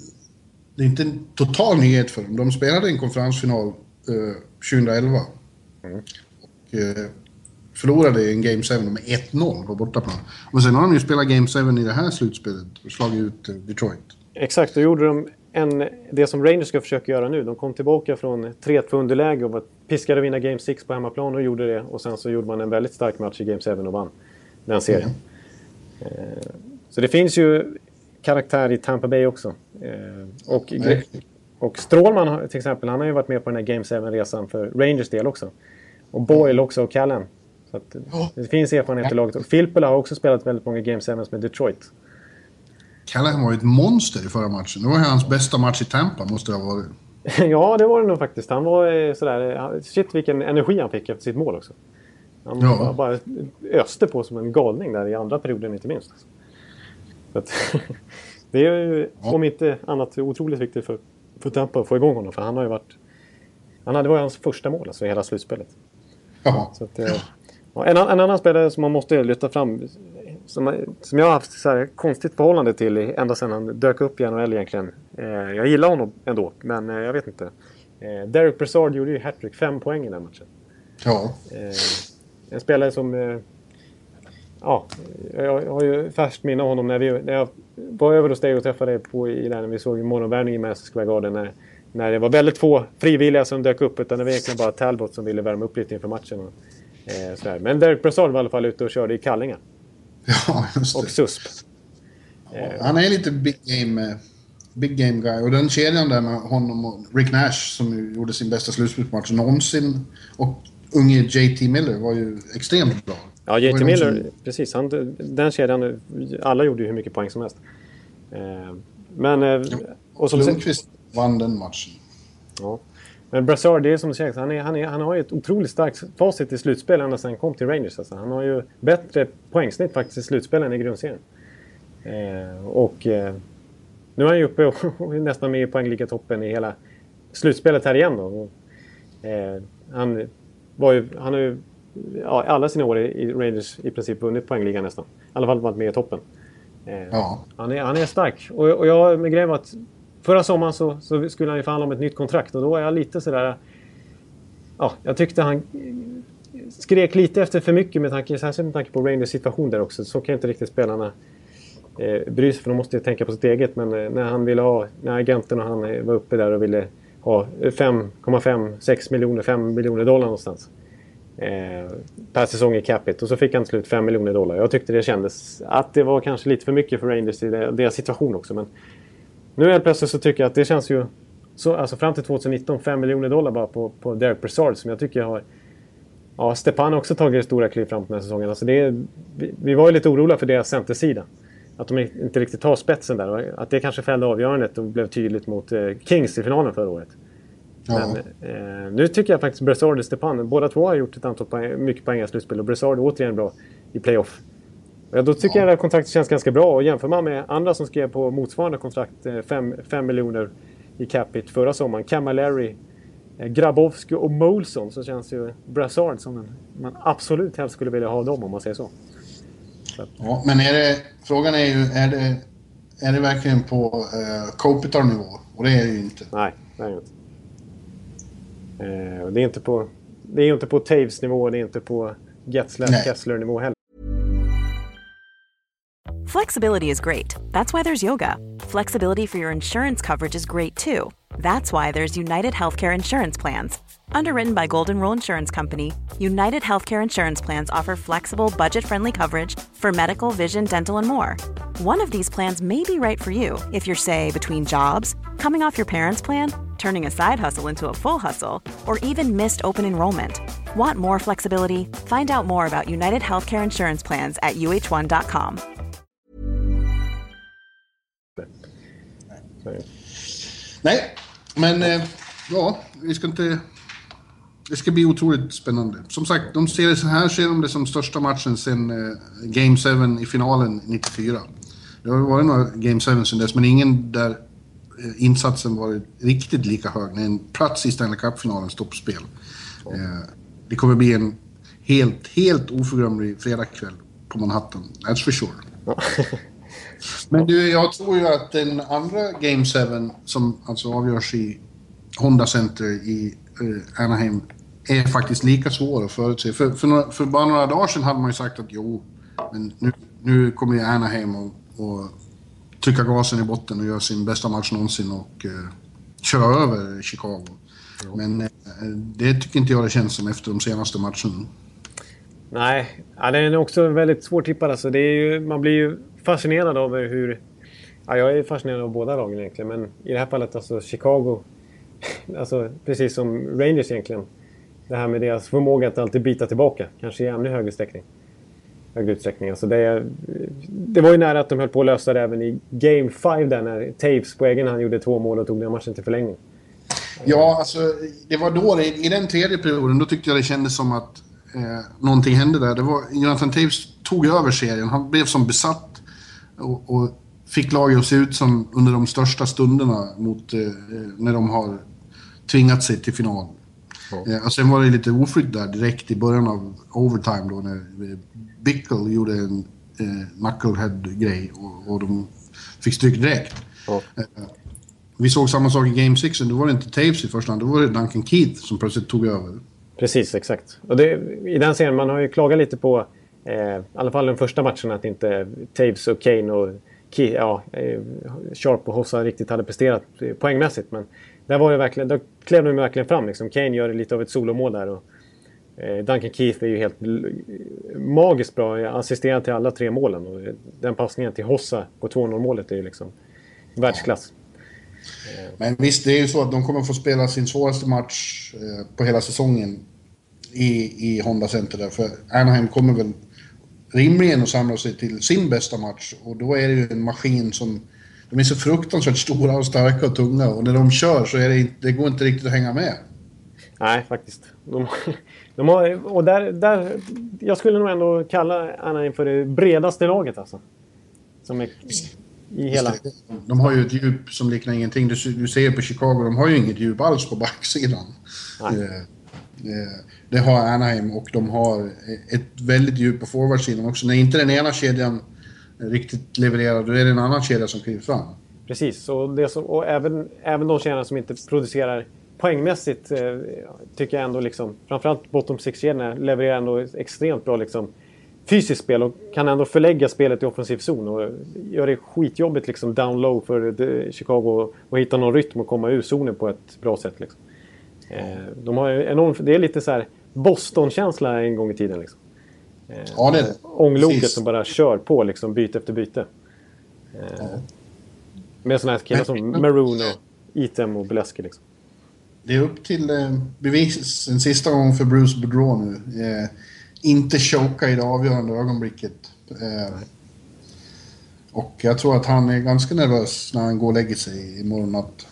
det är inte en total nyhet för dem. De spelade en konferensfinal eh, tjugoelva. Mm. Och eh, förlorade i en Game seven med ett noll på bortaplan. Och sen har de ju spelat Game seven i det här slutspelet och slagit ut eh, Detroit.
Exakt, då gjorde de en, det som Rangers ska försöka göra nu. De kom tillbaka från tre två underläge och var piskade att vinna Game sex på hemmaplan och gjorde det. Och sen så gjorde man en väldigt stark match i Game seven och vann den serien. Mm. Eh, så det finns ju karaktär i Tampa Bay också. Eh, och, mm. och Strålman till exempel, han har ju varit med på den här Game seven-resan för Rangers del också. Och Boyle också och Callan. Så att det finns erfarenhet i laget. Och Filppula har också spelat väldigt många Game sevens med Detroit.
Callahan var ju ett monster i förra matchen. Det var hans bästa match i Tampa, måste det ha varit.
Ja, det var det nog faktiskt. Han var sådär... Shit, vilken energi han fick efter sitt mål också. Han ja. bara, bara öste på som en galning där i andra perioden, inte minst. Så att, det är ju, ja. om inte annat, otroligt viktigt för, för Tampa att få igång honom. För han har ju varit... Han hade, det var hans första mål alltså, i hela slutspelet.
Ja.
Så att, ja, en, en annan spelare som man måste lyfta fram... Som, som jag har haft så här konstigt förhållande till ända sedan han dök upp i N H L egentligen. Eh, jag gillar honom ändå, men eh, jag vet inte. Eh, Derek Brassard gjorde ju hattrick, fem poäng i den matchen.
Ja.
Eh, en spelare som... Eh, ja, jag, jag har ju färskt minne av honom när, vi, när jag var över hos dig och träffade dig på, i där när vi såg morgonvärmning i Madison Square Garden. När, när det var väldigt få frivilliga som dök upp, utan det var egentligen bara Talbot som ville värma upp lite inför matchen. Och, eh, så här. Men Derek Brassard var i alla fall ute och körde i kallingar.
Ja, just det.
Och S U S P.
Ja, han är lite big game big game guy. Och den kedjan där med honom och Rick Nash som ju gjorde sin bästa slutspelsmatch någonsin. Och unge J T Miller var ju extremt bra.
Ja, J T Miller, som... precis. Han, den kedjan, alla gjorde ju hur mycket poäng som helst. Eh, men... Eh,
ja,
och som
Lundqvist vann den matchen.
Ja. Men Brassard, det är som du säger, han, är, han, är, han har ju ett otroligt starkt facit i slutspel ända sedan han kom till Rangers. Alltså. Han har ju bättre poängsnitt faktiskt i slutspelen i grundserien. Eh, och eh, nu är han ju uppe och, och nästan med i poängliga-toppen i hela slutspelet här igen då. Och, eh, han, var ju, han har ju ja, alla sina år i, i Rangers i princip vunnit poängligan nästan. I alla fall varit med i toppen. Eh, ja. han, är, han är stark. Och, och jag med grejen var att förra sommaren så, så skulle han ju förhandla om ett nytt kontrakt. Och då var jag lite sådär... Ja, jag tyckte han skrek lite efter för mycket med tanke, särskilt med tanke på Rangers situation där också. Så kan inte riktigt spelarna eh, bry sig, för de måste ju tänka på sitt eget. Men eh, när han ville ha, när agenten och han eh, var uppe där och ville ha fem komma fem sex miljoner, fem miljoner dollar någonstans. Eh, per säsong i capita. Och så fick han till slut fem miljoner dollar. Jag tyckte det kändes att det var kanske lite för mycket för Rangers i deras situation också. Men nu helt plötsligt så tycker jag att det känns ju så, alltså fram till tjugonitton fem miljoner dollar bara på, på Derek Brassard som jag tycker har... Ja, Stepan har också tagit stora kliv fram på den här säsongen. Alltså det är, vi, vi var ju lite oroliga för deras centersida. Att de inte riktigt tar spetsen där. Att det kanske fällde avgörandet och blev tydligt mot eh, Kings i finalen förra året. Ja. Men eh, nu tycker jag faktiskt Brassard och Stepan, båda två har gjort ett antal poäng, mycket poäng i slutspel. Och Brassard är återigen bra i playoff. Ja, då tycker ja. jag att kontraktet känns ganska bra. Och jämför man med andra som skrev på motsvarande kontrakt fem miljoner i capita förra sommaren. Camilleri, Grabowski och Molson, så känns ju Brassard som en, man absolut helst skulle vilja ha dem om man säger så. så.
Ja, men är det, frågan är ju, är det, är det verkligen på uh, Kopitar-nivå? Och det är det ju inte.
Nej, det är det inte. Uh, det är inte på, det är inte på Taves nivå, det är inte på Getzler nivå heller.
Flexibility is great. That's why there's yoga. Flexibility for your insurance coverage is great too. That's why there's United Healthcare Insurance Plans. Underwritten by Golden Rule Insurance Company, United Healthcare Insurance Plans offer flexible, budget-friendly coverage for medical, vision, dental, and more. One of these plans may be right for you if you're, say, between jobs, coming off your parents' plan, turning a side hustle into a full hustle, or even missed open enrollment. Want more flexibility? Find out more about United Healthcare Insurance Plans at U H one dot com.
Nej, men eh, ja, vi ska inte... Det ska bli otroligt spännande. Som sagt, de ser det så här, ser de det som största matchen sen eh, Game sju i finalen nittiofyra. Det har varit några Game sju sen dess, men ingen där eh, insatsen var riktigt lika hög. När en plats i Stanley Cup-finalen stoppspel. Eh, det kommer bli en helt, helt oförglömlig fredagkväll på Manhattan. That's for sure. Men du, jag tror ju att den andra Game sju som alltså avgörs i Honda Center i uh, Anaheim är faktiskt lika svår att förutse. För, för, några, för bara några dagar sedan hade man ju sagt att jo, men nu, nu kommer ju Anaheim och, och trycka gasen i botten och göra sin bästa match någonsin och uh, köra över Chicago. Ja. Men uh, det tycker inte jag det känns som efter de senaste matcherna.
Nej, ja, den är också väldigt svårtippad. Alltså. Det är ju, man blir ju fascinerad över hur... Ja, jag är fascinerad av båda lagen egentligen. Men i det här fallet alltså Chicago... Alltså precis som Rangers egentligen. Det här med deras förmåga att alltid bita tillbaka. Kanske i ännu högre utsträckning. Högre utsträckning. Alltså det, det var ju nära att de höll på att lösa det även i Game fem där när Taves på egen hand gjorde två mål och tog den matchen till förlängning.
Ja, alltså det var då, i, i den tredje perioden, då tyckte jag det kändes som att Eh, någonting hände där. Det var, Jonathan Taves tog över serien. Han blev som besatt och, och fick laget att se ut som under de största stunderna mot, eh, när de har tvingat sig till final. Ja. Eh, och sen var det lite oflykt där direkt i början av overtime då när eh, Bickle gjorde en eh, knucklehead-grej och, och de fick stryk direkt. Ja. Eh, vi såg samma sak i Game sex, då var det inte Taves i första hand, då var det Duncan Keith som plötsligt tog över.
Precis, exakt. Och det, i den serien, man har ju klagat lite på eh, i alla fall den första matchen att inte Taves och Kane och Key, ja, eh, Sharp och Hossa riktigt hade presterat poängmässigt. Men där var det verkligen, då klev de verkligen fram. Liksom. Kane gör lite av ett solomål där och eh, Duncan Keith är ju helt magiskt bra, assisterad till alla tre målen. Och den passningen till Hossa på två noll målet är ju liksom världsklass.
Men visst, det är ju så att de kommer få spela sin svåraste match eh, på hela säsongen i, i Honda Center där. För Anaheim kommer väl rimligen att samla sig till sin bästa match. Och då är det ju en maskin som... De är så fruktansvärt stora och starka och tunga. Och när de kör så är det, det går inte riktigt att hänga med.
Nej, faktiskt. De, de har, och där, där, jag skulle nog ändå kalla Anaheim för det bredaste laget alltså. Som är i hela...
De har ju ett djup som liknar ingenting. Du, du ser på Chicago, de har ju inget djup alls på backsidan. Det, det, det har Anaheim, och de har ett väldigt djup på forwardsidan också. När inte den ena kedjan riktigt levererar, då är det en annan kedja som kliver fram.
Precis, och, det som, och även, även de kedjorna som inte producerar poängmässigt eh, tycker jag ändå liksom, framförallt bottom six-kedjorna levererar ändå extremt bra liksom fysiskt spel och kan ändå förlägga spelet i offensiv zon och gör det skitjobbigt liksom down low för Chicago och hitta någon rytm och komma ur zonen på ett bra sätt liksom. Eh, de har enormt, det är lite så här Boston-känsla en gång i tiden liksom. Eh,
ja, det är det.
Ångloket som bara kör på liksom byte efter byte. Eh, ja. Med såna här killar som Maroon och Eatem och Beleskey liksom.
Det är upp till eh, bevis en sista gång för Bruce Boudreau nu. Eh, inte choka i det avgörande ögonblicket. Eh, och jag tror att han är ganska nervös när han går och lägger sig imorgon natt.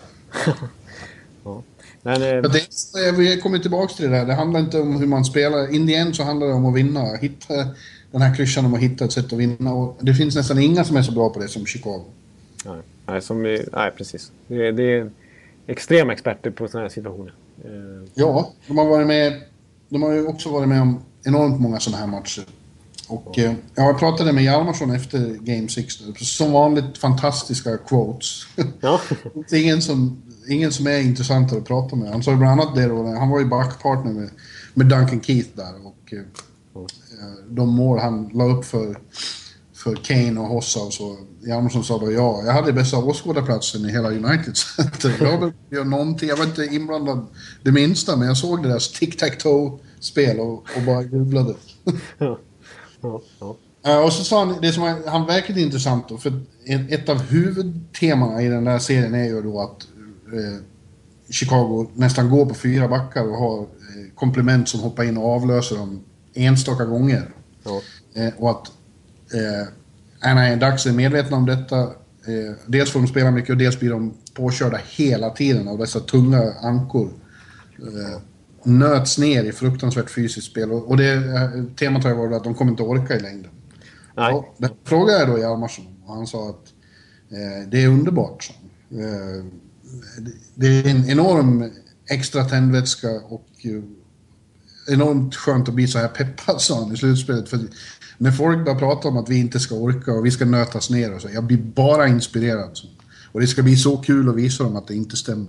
Ja. Men, eh,
det, vi kommer tillbaka till det där. Det handlar inte om hur man spelar. In the end så handlar det om att vinna. Hitta den här klyschan om att hitta ett sätt att vinna. Och det finns nästan inga som är så bra på det som Chicago.
Nej, nej, som, nej precis. Det, det är extrema experter på sådana här situationer. Eh,
ja, de har varit med. De har ju också varit med om enormt många sådana här matcher. Och ja. eh, jag pratade med Hjalmarsson efter Game sex. Som vanligt fantastiska quotes.
Ja.
Det är ingen som, ingen som är intressantare att prata med. Han sa bland annat det då. Han var ju backpartner med, med Duncan Keith där. Och eh, ja. de mål han la upp för, för Kane och Hossa och så. Hjalmarsson sa då, ja, jag hade bästa åskådarplatsen i hela United Center. Jag var, jag, någonting, jag var inte inblandad det minsta, men jag såg det där tic-tac-toe-spel och, och bara jublade.
Ja. Ja, ja.
Uh, och så sa han, det som han, han verkligt intressant då, för ett, ett av huvudtemana i den där serien är ju då att uh, Chicago nästan går på fyra backar och har uh, komplement som hoppar in och avlöser dem enstaka gånger.
Ja.
Uh, och att uh, Anaheim Ducks är medvetna om detta. Uh, dels får de spela mycket och dels blir de påkörda hela tiden av dessa tunga ankor. Uh, nöts ner i fruktansvärt fysiskt spel. Och, och det temat har ju varit att de kommer inte orka i längden.
Nej.
Och det frågade jag då Hjalmarsson och han sa att eh, det är underbart. Eh, det är en enorm extra tändvätska och eh, enormt skönt att bli så här peppad, sa han i slutspelet. För när folk bara pratar om att vi inte ska orka och vi ska nötas ner och så, jag blir bara inspirerad. Så. Och det ska bli så kul att visa dem att det inte stämmer.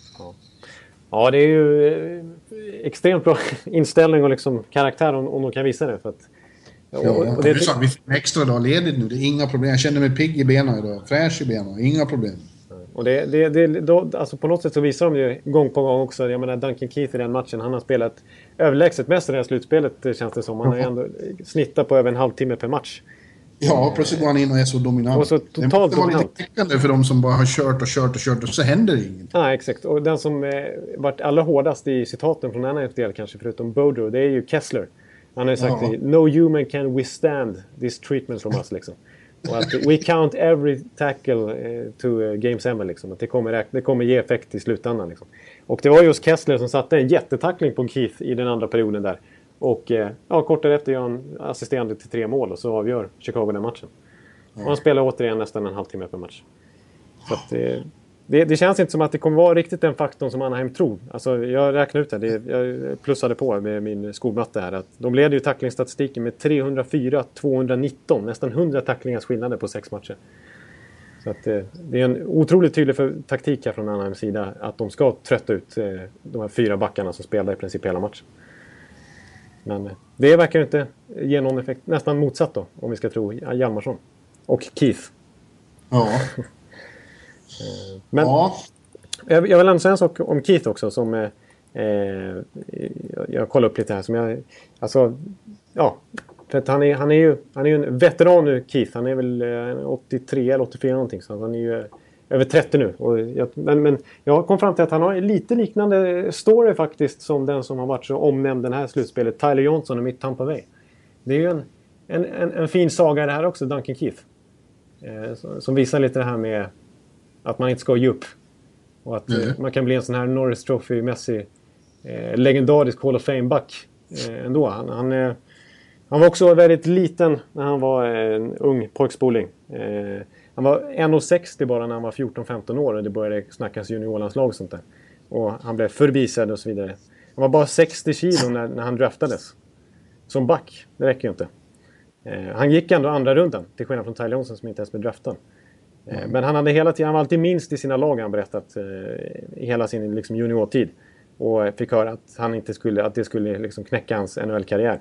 Ja, det är ju extremt bra inställning och liksom karaktär om, om de kan visa det. För att, och,
ja,
och det,
det sa, vi får en extra dag ledigt nu, det är inga problem. Jag känner mig pigg i benen idag, fräsch i benen, inga problem.
Och det, det, det, då, alltså på något sätt så visar de ju gång på gång också. Jag menar Duncan Keith i den matchen, han har spelat överlägset mest i det här slutspelet, känns det som. Han har ju ändå snittat på över en halvtimme per match.
Ja, plötsligt går han in och är så dominant.
Och så totalt
det var lite täckande för de som bara har kört och kört och kört och så händer det inget.
Ja, exakt. Och den som eh, varit allra hårdast i citaten från en annan del kanske förutom Boudreau, det är ju Kessler. Han har ju sagt ja. No human can withstand this treatment from us liksom. Och att we count every tackle eh, to uh, game seven liksom. Att det kommer, det kommer ge effekt i slutändan liksom. Och det var just Kessler som satte en jättetackling på Keith i den andra perioden där. Och eh, ja, kort därefter gör han assisterande till tre mål och så avgör Chicago den matchen. Och han spelar återigen nästan en halvtimme per match. Så att, eh, det, det känns inte som att det kommer vara riktigt den faktorn som Anaheim tror. Alltså, jag räknar ut det. det. Jag plussade på med min skolmatte här. Att de leder ju tacklingsstatistiken med trehundrafyra tvåhundranitton. Nästan hundra tacklingars skillnader på sex matcher. Så att, eh, det är en otroligt tydlig för taktik här från Anaheims sida. Att de ska trötta ut eh, de här fyra backarna som spelar i princip hela matchen. Men det verkar inte ge någon effekt. Nästan motsatt då, om vi ska tro Hjalmarsson. Och Keith.
Ja.
Men
ja.
Jag, jag vill ändå säga en sak om Keith också. Som eh, jag, jag kollar upp lite här. Som jag, alltså, ja, för att han är, han är ju han är ju en veteran nu, Keith. Han är väl eh, åttiotre eller åttiofyra någonting. Så han är ju över trettio nu. Och jag, men, men jag kom fram till att han har lite liknande story faktiskt som den som har varit så omnämnd den här slutspelet. Tyler Johnson och mitt Tampa Bay. Det är ju en, en, en, en fin saga det här också, Duncan Keith. Eh, som visar lite det här med att man inte ska ge upp. Och att mm. eh, man kan bli en sån här Norris Trophy-mässig eh, legendarisk Hall of Fame-back eh, ändå. Han, han, eh, han var också väldigt liten när han var en ung pojkspoling. Eh, han var en komma sextio bara när han var fjorton femton år och det började snackas juniorlandslag och sånt där. Och han blev förbisedd och så vidare. Han var bara sextio kilo när, när han draftades. Som back, det räcker ju inte. Eh, han gick ändå andra rundan, till skillnad från Tyler Johnson som inte ens blev draftad. Eh, mm. Men han hade hela tiden, han var alltid minst i sina lag, han berättat, eh, i hela sin liksom, juniortid. Och fick höra att, han inte skulle, att det skulle liksom, knäcka hans N H L-karriär.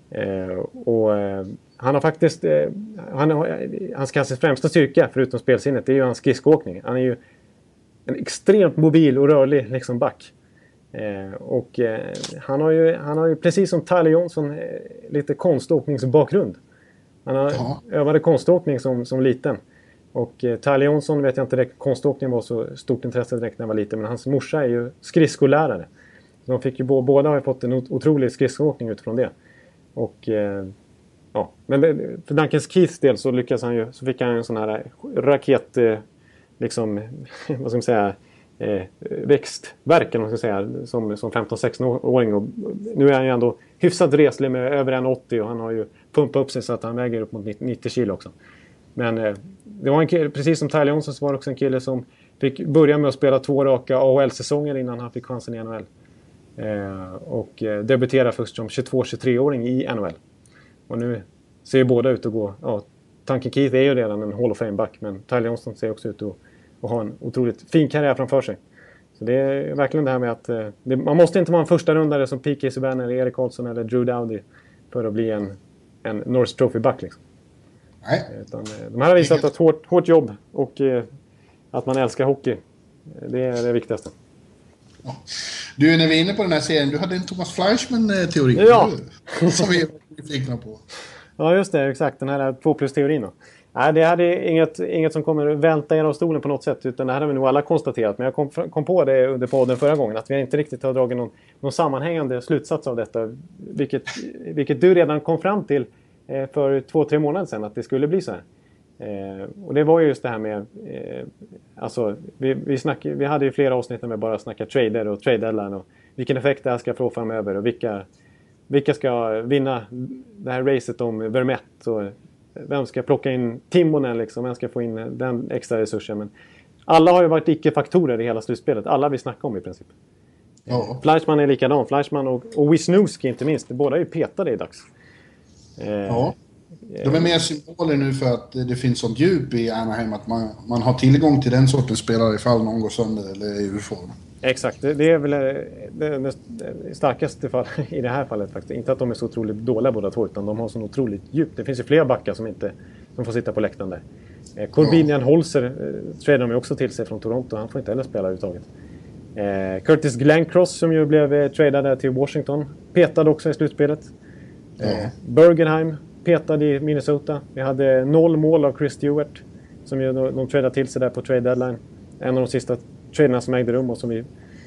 Eh, och eh, han har faktiskt, eh, han har, hans kanske främsta styrka, förutom spelsinnet, det är ju hans skridskoåkning. Han är ju en extremt mobil och rörlig liksom, back. Eh, och eh, han, har ju, han har ju precis som Tyler Johnson eh, lite konståkningsbakgrund. Han har ja. övade konståkning som, som liten. Och eh, Tyler Johnson vet jag inte direkt, konståkning var så stort intresse direkt när han var liten, men hans morsa är ju skridskollärare. Så de fick ju, båda har ju fått en otrolig skridskoåkning utifrån det. Och eh, ja, men för Duncan Keiths del så lyckades han ju, så fick han en sån här raket eh, liksom, vad ska man säga, Eh, växtverk eller vad man ska säga, som, som femton sexton-åring och nu är han ju ändå hyfsat reslig med över en komma åttio och han har ju pumpat upp sig så att han väger upp mot nittio kilo också. Men eh, det var en kille, precis som Tyler Johnson så var det också en kille som fick börja med att spela två raka A H L-säsonger innan han fick chansen i N H L. Eh, och eh, debuterade först som tjugotvå tjugotre-åring i N H L. Och nu ser ju båda ut att gå, ja, Duncan Keith är ju redan en Hall of Fame-back, men Tyler Johnson ser också ut att och ha en otroligt fin karriär framför sig. Så det är verkligen det här med att eh, det, man måste inte vara en första rundare som P K Subban eller Erik Karlsson eller Drew Doughty för att bli en, en Norris Trophy-back liksom.
Nej.
Utan, eh, de här har visat att hårt, hårt jobb och eh, att man älskar hockey. Det är det viktigaste.
Ja. Du, när vi är inne på den här serien, du hade en Thomas Fleischmann-teori.
Ja.
Som vi är nyfikna på.
Ja, just det. Exakt. Den här två plus-teorin då. Nej, det här är inget, inget som kommer välta er av stolen på något sätt, utan det här har vi nog alla konstaterat. Men jag kom, kom på det under podden förra gången, att vi inte riktigt har dragit någon, någon sammanhängande slutsats av detta. Vilket, vilket du redan kom fram till eh, för två, tre månader sedan, att det skulle bli så här. Eh, och det var ju just det här med, eh, alltså vi, vi, snack, vi hade ju flera avsnitt med bara snacka trader och trade deadline och vilken effekt det här ska få framöver och vilka, vilka ska vinna det här racet om Vermette och vem ska plocka in Timonen liksom, vem ska få in den extra resursen. Men alla har ju varit icke-faktorer i hela slutspelet. Alla vi snackar om i princip. Ja. Fleischmann är likadan. Fleischmann och, och Wisniewski inte minst. Båda är ju petade i dags.
Eh, ja. De är mer symboler nu för att det finns sånt djup i Anaheim att man, man har tillgång till den sortens spelare ifall någon går sönder eller är ur form.
Exakt, det, det är väl det, det, det starkaste fall i det här fallet faktiskt. Inte att de är så otroligt dåliga båda två, utan de har så otroligt djup. Det finns ju fler backar som inte som får sitta på läktaren där. Eh, Corbinian ja. Holzer eh, tradar de ju också till sig från Toronto. Han får inte heller spela överhuvudtaget. Eh, Curtis Glencross som ju blev eh, tradad till Washington petade också i slutspelet. Eh, ja. Bergenheim petade i Minnesota. Vi hade noll mål av Chris Stewart som ju de, de tradade till sig där på trade deadline. En av de sista traderna som ägde rum och som vi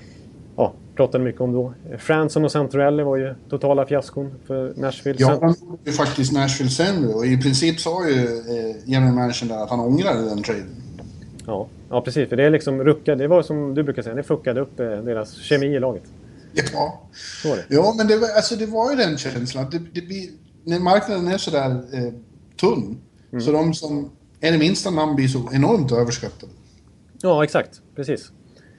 ja, pratade mycket om då. Franson och Santorelli var ju totala fiaskon för Nashville.
Ja, han var ju faktiskt Nashville sämre och i princip sa ju eh, general managern där att han ångrade den traden.
Ja, ja, precis. För det är liksom ruckade, det var som du brukar säga, det fuckade upp eh, deras kemi i laget.
Ja,
så var det.
Ja, men det var, alltså, det var ju den känslan att det, det blir, när marknaden är sådär eh, tunn mm. så de som är det minsta namn blir så enormt överskattade.
Ja, exakt. Precis.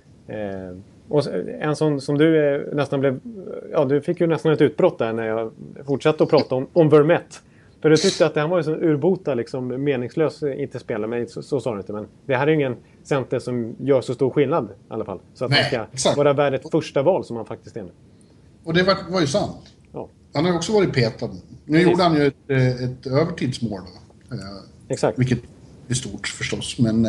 Eh, och en sån som du eh, nästan blev... Ja, du fick ju nästan ett utbrott där när jag fortsatte att prata om, om Vermette. För du tyckte att det här var ju sån urbota, liksom meningslös inte spela, men så, så sa du inte. Men det här är ju ingen center som gör så stor skillnad i alla fall. Så att
Nej,
man ska
exakt.
vara värd ett första val som han faktiskt är nu.
Och det var, var ju sant.
Ja.
Han har ju också varit petad. Nu Precis. gjorde han ju ett, ett övertidsmål då.
Exakt.
Vilket är stort förstås, men...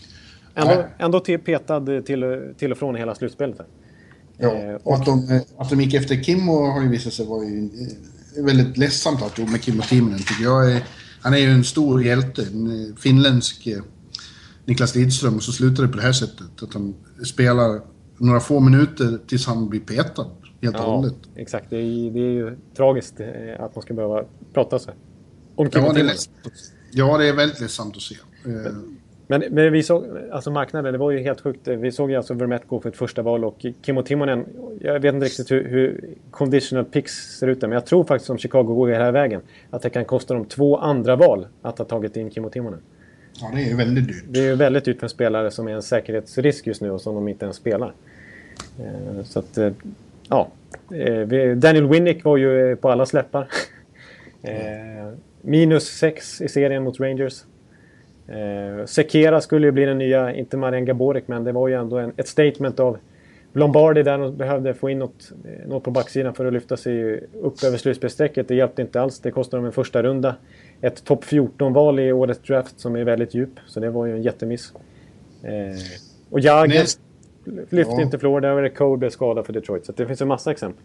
Ändå, ändå till petad till, till och från hela slutspelet. Här.
Ja, eh, och att de, att de gick efter Kim och har ju visat sig vara ju väldigt ledsamt att de med Kim och Timonen tycker jag. Är, han är ju en stor hjälte, en finländsk Niklas Lidström, och så slutar det på det här sättet. Att han spelar några få minuter tills han blir petad helt och
ja,
hållet.
Exakt, det är, det är ju tragiskt att man ska behöva prata sig om
ja, det är ja, det är väldigt ledsamt att se.
Men, men vi såg, alltså marknaden, det var ju helt sjukt. Vi såg ju alltså Vermette gå för ett första val och Kimmo Timonen, jag vet inte riktigt hur, hur conditional picks ser ut där, men jag tror faktiskt om Chicago går den här vägen att det kan kosta dem två andra val att ha tagit in Kimmo Timonen.
Ja, det är ju väldigt dyrt.
Det är ju väldigt dyrt för en spelare som är en säkerhetsrisk just nu och som de inte ens spelar. Så att, ja. Daniel Winnick var ju på alla släppar. Minus sex i serien mot Rangers. Eh, Sekera skulle ju bli den nya, inte Marian Gaborik, men det var ju ändå en, ett statement av Lombardi där de behövde få in något, något på backsidan för att lyfta sig upp över slutspelssträcket. Det hjälpte inte alls, det kostade dem en första runda. Ett topp fjorton-val i årets draft som är väldigt djup, så det var ju en jättemiss. Eh, och Jagr lyfte ja. inte Florida, över Cole blev skadad för Detroit, så det finns en massa exempel.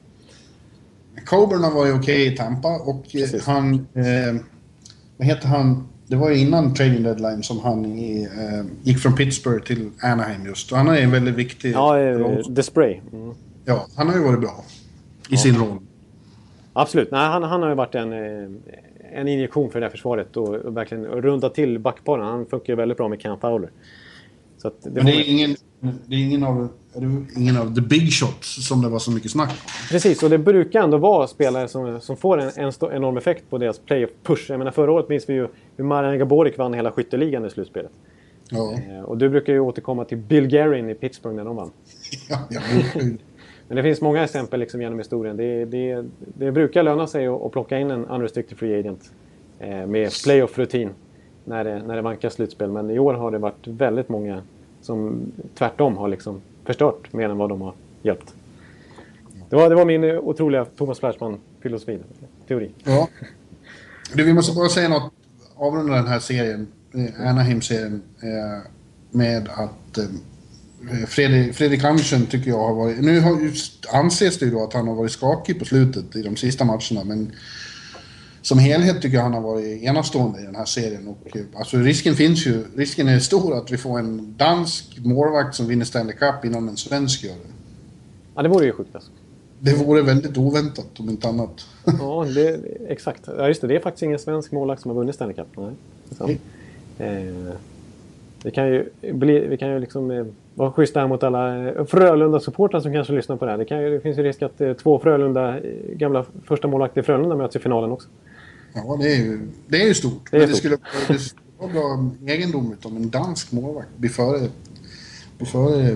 Coburn var ju okej okay i Tampa och Precis. han, eh, vad heter han? Det var ju innan trading deadline som han i, eh, gick från Pittsburgh till Anaheim just. Och han är en väldigt viktig
ja, roll. The Spray. Mm.
Ja, han har ju varit bra i ja. sin roll.
Absolut. Nej, han, han har ju varit en, en injektion för det här försvaret och, och verkligen runda till backparen. Han funkar ju väldigt bra med Cam Fowler. Så att det
Men det är, ingen, det är ingen av... Är det ingen av the big shots som det var så mycket snack om?
Precis, och det brukar ändå vara spelare som, som får en, en st- enorm effekt på deras playoff-push. Jag menar, förra året minns vi ju hur Marian Gaborik vann hela skytteligan i slutspelet.
Ja.
Eh, och du brukar ju återkomma till Bill Guerin i Pittsburgh när de vann.
Ja, ja.
Men det finns många exempel liksom genom historien. Det, det, det brukar löna sig att, att plocka in en unrestricted free agent eh, med playoff-rutin när det, när det vankas slutspel. Men i år har det varit väldigt många som tvärtom har liksom förstört mer än vad de har hjälpt. Det var, det var min otroliga Thomas Flashman-filosofi, teori.
Ja. Du, vi måste bara säga något, avrunda den här serien, Anaheim-serien, eh, med att eh, Fredrik, Fredrik Andersen tycker jag har varit... Nu har, anses det ju då att han har varit skakig på slutet i de sista matcherna, men som helhet tycker jag han har varit enastående i den här serien. Och, alltså, risken finns ju, risken är stor att vi får en dansk målvakt som vinner Stanley Cup innan en svensk gör det.
Ja, det vore ju sjukt alltså.
Det vore väldigt oväntat om inte annat.
Ja, det, exakt. Ja, just det. Det är faktiskt ingen svensk målvakt som har vunnit Stanley Cup. Nej. Mm. Eh, vi kan ju bli, vi kan ju liksom eh, vara schyssta här mot alla Frölunda-supportrar som kanske lyssnar på det här. Det, kan ju, det finns ju risk att eh, två Frölunda, gamla första målvakter i Frölunda möts i finalen också.
Ja, det är ju, det är ju stort. Det är men det stort. skulle, det skulle vara bra egendomligt om en dansk målvakt blir före, blir före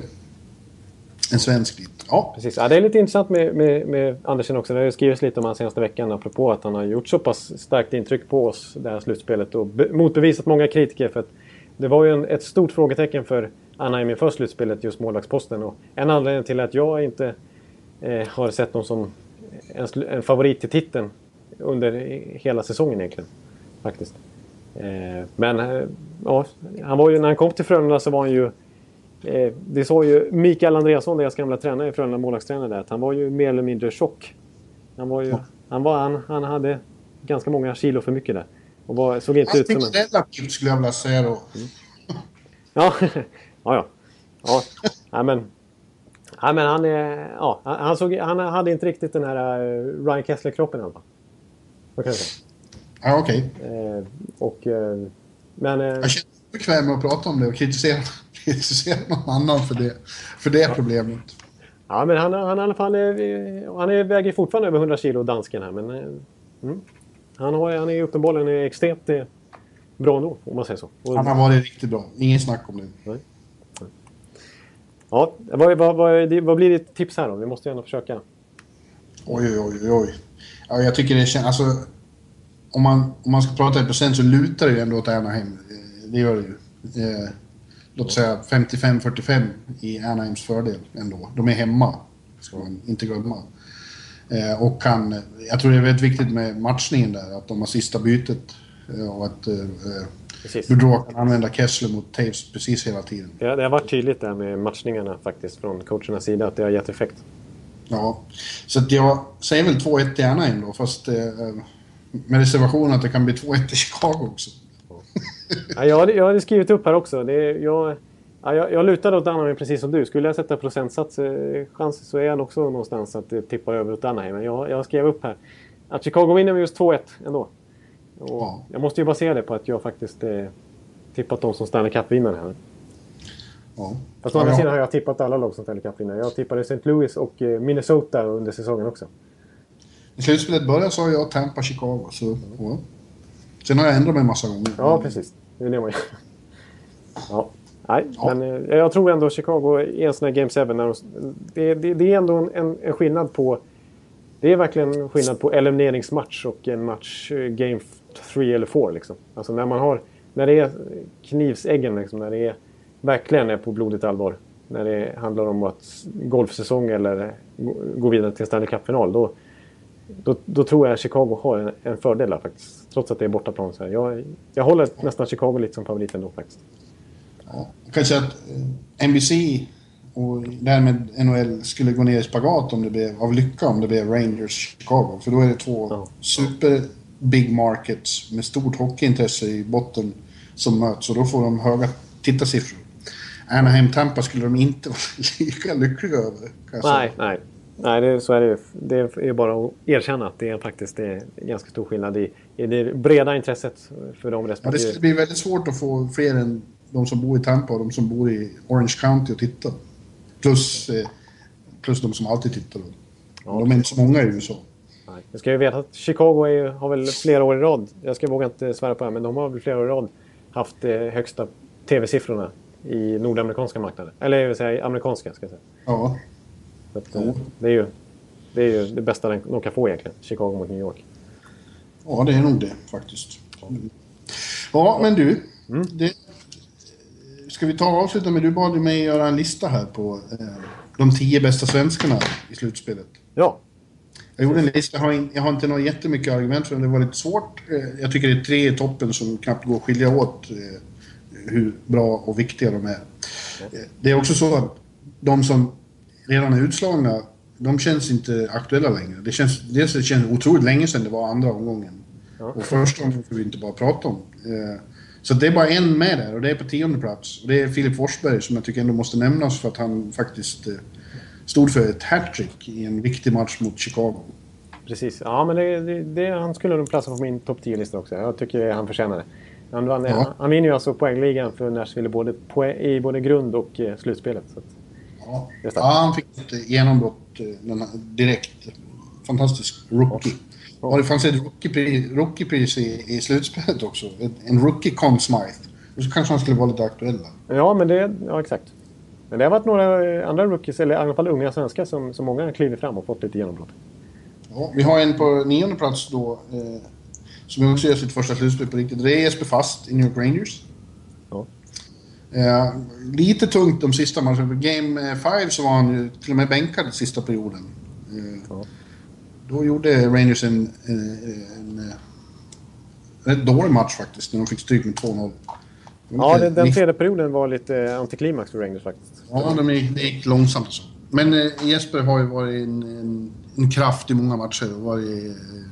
en svensk dit. Ja.
Precis. Ja, det är lite intressant med, med, med Andersen också. Det har ju skrivits lite om han senaste veckan apropå att han har gjort så pass starkt intryck på oss det här slutspelet och be, motbevisat många kritiker för att det var ju en, ett stort frågetecken för Anaheim inför slutspelet, just målvaktsposten. Och en anledning till att jag inte eh, har sett någon som en, en favorit till titeln under hela säsongen egentligen, faktiskt. Eh, men eh, ja, han var ju, när han kom till Frölunda så var han ju eh, det sa ju Mikael Andreasson, deras gamla tränare i Frölunda, målvaktstränare där, att han var ju mer eller mindre tjock. Han var ju, ja. han, var, han, han hade ganska många kilo för mycket där. Och var, såg inte ut som en...
relativt skulle jag vilja säga då.
Mm. Ja, ja, ja. Ja, ja men... Ja, men han, är, ja, han, såg, han hade inte riktigt den här uh, Ryan Kessler-kroppen i alla fall. Vad kan jag säga?
Ja, okej.
Okay. Eh, och... Eh, men... Eh,
jag känner mig bekväm med att prata om det och kritisera, kritisera någon annan för det, för det ja. problemet.
Ja, men han, han i alla fall... Eh, han är, väger fortfarande över hundra kilo, dansken här, men... Eh, mm. Han, har, han är uppenbarligen extremt eh, bra nog, om man säger så. Och,
han har varit riktigt bra. Ingen snack om det.
Nej. Nej. Ja, vad, vad, vad, vad blir ditt tips här då? Vi måste ju ändå försöka.
Oj, oj, oj, oj. Ja, jag tycker det känns... Alltså, om man, om man ska prata i procent så lutar det ju ändå åt Anaheim. Det gör det ju. Eh, låt säga femtiofem fyrtiofem i Anaheims fördel ändå. De är hemma, ska man inte glömma. Eh, och kan, jag tror det är väldigt viktigt med matchningen där, att de har sista bytet eh, och att eh, Boudreau kan använda Kessler mot Taves precis hela tiden.
Ja, det har varit tydligt där med matchningarna faktiskt från coachernas sida att det har gett effekt.
Ja, så att jag säger väl två ett i Anaheim då, fast eh, med reservation att det kan bli två ett i Chicago också.
Ja, jag, hade, jag hade skrivit upp här också. Det, jag, ja, jag, jag lutade åt Anaheim precis som du. Skulle jag sätta procentsats eh, chans så är jag också någonstans att det tippar över åt Anaheim. Men jag, jag skrev upp här att Chicago vinner med just två ett ändå. Och ja. Jag måste ju basera det på att jag faktiskt eh, tippat dem som Stanley Cup-vinnare här.
Ja.
Fast å andra sidan har jag tippat alla lag som Stanley Cup-vinnare. Jag tippade Saint Louis och eh, Minnesota under säsongen också.
I slutspelet började så jag Tampa, Chicago. Så, ja. Sen har jag ändrat mig en massa gånger.
Ja, precis. Det är det man gör. Ja. Nej, ja. men eh, jag tror ändå Chicago i en sån här Game sju. När de, det, det, det är ändå en, en skillnad på... Det är verkligen skillnad på elimineringsmatch och en match eh, Game tre eller fyra. Liksom. Alltså när man har... När det är knivsäggen, liksom, när det är, verkligen är på blodigt allvar. När det handlar om att golfsäsong eller gå vidare till Stanley Cup-final. Då, då, då tror jag Chicago har en, en fördel där faktiskt. Trots att det är bortaplan. Så här. Jag, jag håller nästan Chicago lite som favorit ändå faktiskt.
Ja, jag kan säga att N B C och därmed N H L skulle gå ner i spagat om det blev, av lycka om det blev Rangers Chicago. För då är det två ja. super big markets med stort hockeyintresse i botten som möts. Och då får de höga tittarsiffror. Anaheim Tampa skulle de inte vara lika lyckliga över.
Nej, nej. Nej, det, så är det ju. Det är bara att erkänna att det är faktiskt det är ganska stor skillnad i, i det breda intresset för de respektive.
Ja, det skulle bli väldigt svårt att få fler än de som bor i Tampa och de som bor i Orange County att titta. Plus, eh, plus de som alltid tittar. Ja, de är inte så många i U S A.
Nej. Jag ska ju veta att Chicago är, har väl flera år i rad, jag ska våga inte svära på det, men de har väl flera år i rad haft eh, högsta tv-siffrorna i nordamerikanska marknaden. Eller jag vill säga amerikanska, ska jag säga.
Ja.
Så att, eh, det, är ju, det är ju det bästa de kan få egentligen, Chicago mot New York.
Ja, det är nog det faktiskt. Ja, men du, mm. det, ska vi ta och avsluta med, du bad mig göra en lista här på eh, de tio bästa svenskarna i slutspelet.
Ja.
Jag gjorde en lista, jag har, in, jag har inte något jättemycket argument för det, det var lite svårt. Eh, jag tycker det är tre i toppen som knappt går att skilja åt eh, hur bra och viktiga de är. Eh, det är också så att de som redan är utslagna, de känns inte aktuella längre. Det känns, dels det känns otroligt länge sedan det var andra omgången. Ja. Och första omgången får vi inte bara prata om. Eh, så det är bara en med där och det är på tionde plats. Och det är Filip Forsberg som jag tycker ändå måste nämnas för att han faktiskt eh, stod för ett hattrick i en viktig match mot Chicago.
Precis, ja men det, det, det, han skulle nog platsa på min topp tio-lista också. Jag tycker han förtjänar det. Han, vann, ja. han vinner ju alltså poängligan för Nashville både poäng, i både grund- och eh, slutspelet. Så att,
ja. ja, han fick ett genombrott eh, direkt. Fantastisk rookie. Ja. Ja. Och det fanns ett rookiepris, rookiepris i, i slutspelet också. En rookie Conn Smythe. Och så kanske han skulle vara lite aktuell.
Ja, men det, ja exakt. Men det har varit några andra rookies, eller i alla fall unga svenskar, som, som många klivit fram och fått lite genombrott.
Ja, vi har en på nionde plats då, eh, som också gör sitt första slutspel på riktigt. Det är Jesper Fast i New York Rangers.
Ja.
Eh, lite tungt de sista matcherna. Game fem så var han ju till och med bänkad sista perioden. Eh, ja. Då gjorde Rangers en, en, en, en rätt dålig match faktiskt, när de fick stryk med två noll.
Ja, den, den tredje perioden var lite antiklimax för Rangers faktiskt.
Ja, de gick, det gick långsamt så. Men eh, Jesper har ju varit en, en, en kraft i många matcher och varit, eh,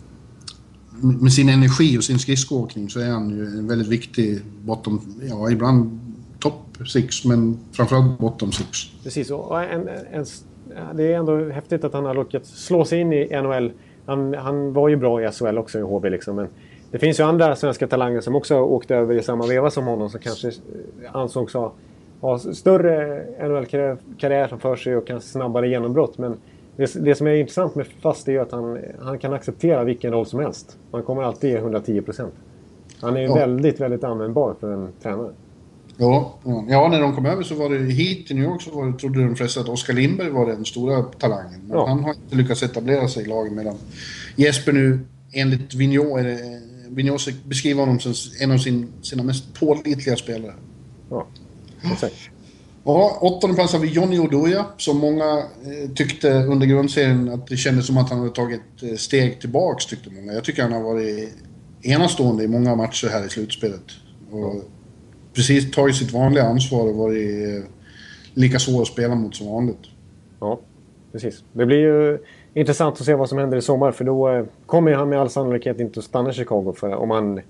med sin energi och sin skridskoåkning så är han ju en väldigt viktig bottom, ja ibland topp sex, men framförallt bottom sex.
Precis, och en, en, det är ändå häftigt att han har lyckats slå sig in i N H L. Han, han var ju bra i S H L också i H V liksom, men det finns ju andra svenska talanger som också åkte över i samma veva som honom, som kanske ansågs ha, ha större N H L-karriär som för sig och kanske snabbare genombrott. Men det, det som är intressant med Fast är att han, han kan acceptera vilken roll som helst. Han kommer alltid ge hundratio procent. Han är ja. väldigt, väldigt användbar för en tränare.
Ja, ja, när de kom över så var det hit till New York så var det, trodde de flesta att Oskar Lindberg var den stora talangen. Men ja. han har inte lyckats etablera sig i lagen, medan Jesper nu enligt Vigneault är det, Vigneault beskriver honom som en av sin, sina mest pålitliga spelare.
Ja, exakt.
Ja, åttonde plats har vi Johnny Oduya, som många eh, tyckte under grundserien att det kändes som att han hade tagit ett steg tillbaks, tyckte många. Jag tycker han har varit enastående i många matcher här i slutspelet. Och precis tagit sitt vanliga ansvar och varit eh, lika svår att spela mot som vanligt.
Ja, precis. Det blir ju intressant att se vad som händer i sommar, för då eh, kommer han med all sannolikhet inte att stanna i Chicago för, om han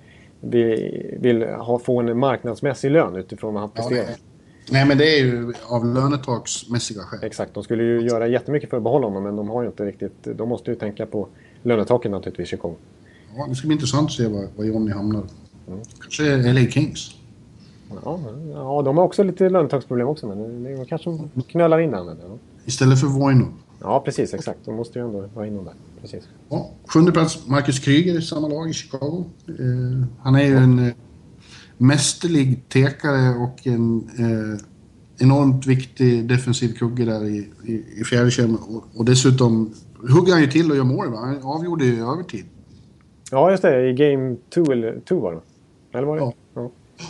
vi vill ha, få en marknadsmässig lön utifrån vad han presterar.
Ja, nej. nej, men det är ju av lönetaksmässiga skäl.
Exakt, de skulle ju göra jättemycket för att behålla honom, men de har ju inte riktigt, de måste ju tänka på lönetaken naturligtvis i Chicago.
Ja, det ska bli intressant att se var, var Johnny hamnar. Mm. Kanske L A Kings.
Ja, ja, de har också lite lönetagsproblem också, men det kanske knölar in den. Ja.
Istället för Voino.
Ja, precis, exakt. De måste ju ändå vara inom där. Precis.
Ja, sjunde plats, Marcus Kryger i samma lag i Chicago. Eh, han är ju en eh, mästerlig tekare och en eh, enormt viktig defensiv kugge där i, i, i fjärde kärn. Och, och dessutom hugger han ju till och gör mål. Va? Han avgjorde ju övertid.
Ja, just det. I game två eller två var det. Eller var det?
Ja.
Ja.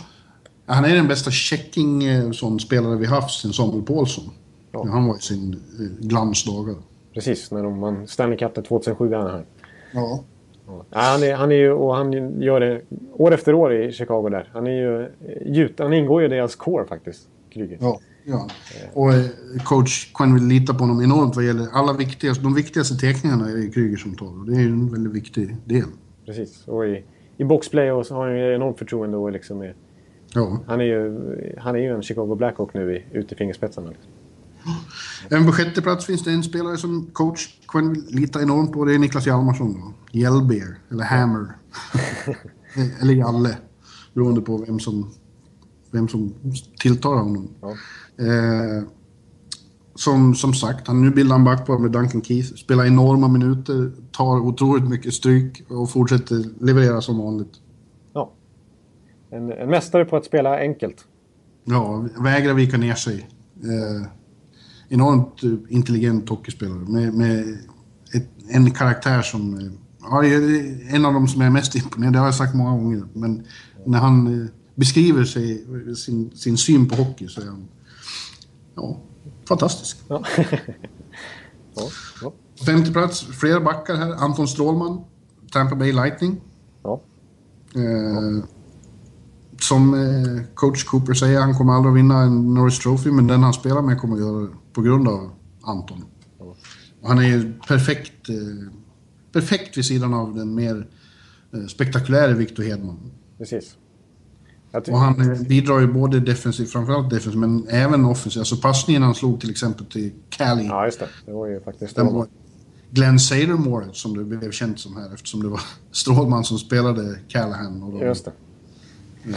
Han är den bästa checking eh, som spelare vi haft sen Samuel Paulsson. Ja. Han var i sin eh, glansdagar.
Precis, när de, man Stanley Cup tjugohundrasju är han här.
Ja.
Ja. Han, är, han är ju, och han gör det år efter år i Chicago där. Han är ju gjut, han ingår ju i deras core faktiskt, Kryger.
Ja, ja. Och eh, coach Quinn vill lita på honom enormt vad gäller alla viktigaste, de viktigaste teckningarna är Kryger som tar. Och det är ju en väldigt viktig del.
Precis, och i, i boxplay och så har han ju enormt förtroende och liksom är, ja. han, är ju, han är ju en Chicago Blackhawk nu i, ute i fingerspetsarna. Liksom.
Även på sjätte plats finns det en spelare som coach Quinn litar enormt på. Det är Niklas Hjalmarsson då. Yellbear, eller Hammer. Eller Jalle. Beroende på vem som, vem som tilltar honom. Ja. Eh, som, som sagt, han nu bildar en backpar med Duncan Keith. Spelar enorma minuter, tar otroligt mycket stryk och fortsätter leverera som vanligt.
Ja. En, en mästare på att spela enkelt.
Ja, vägrar vika ner sig. Eh, enormt intelligent hockeyspelare med, med ett, en karaktär som ja, är en av dem som är mest imponerad, det har jag sagt många gånger, men när han beskriver sig, sin, sin syn på hockey så är han ja, fantastisk. Ja. ja, ja. Femte plats, flera backar här, Anton Strålman, Tampa Bay Lightning. Ja. Eh, ja. Som eh, coach Cooper säger, han kommer aldrig att vinna en Norris Trophy, men den han spelar med kommer att göra det på grund av Anton. Ja. Han är ju perfekt, eh, perfekt vid sidan av den mer eh, spektakulära Victor Hedman.
Precis.
Och han eh, bidrar ju både defensivt, framförallt defensivt, men även offensivt. Alltså passningen han slog till exempel till Cali.
Ja, just det. Det var ju faktiskt...
Den var Glenn Sadermore, som det blev känt som här, eftersom det var Strålman som spelade Callahan. Och då,
just det. Ja.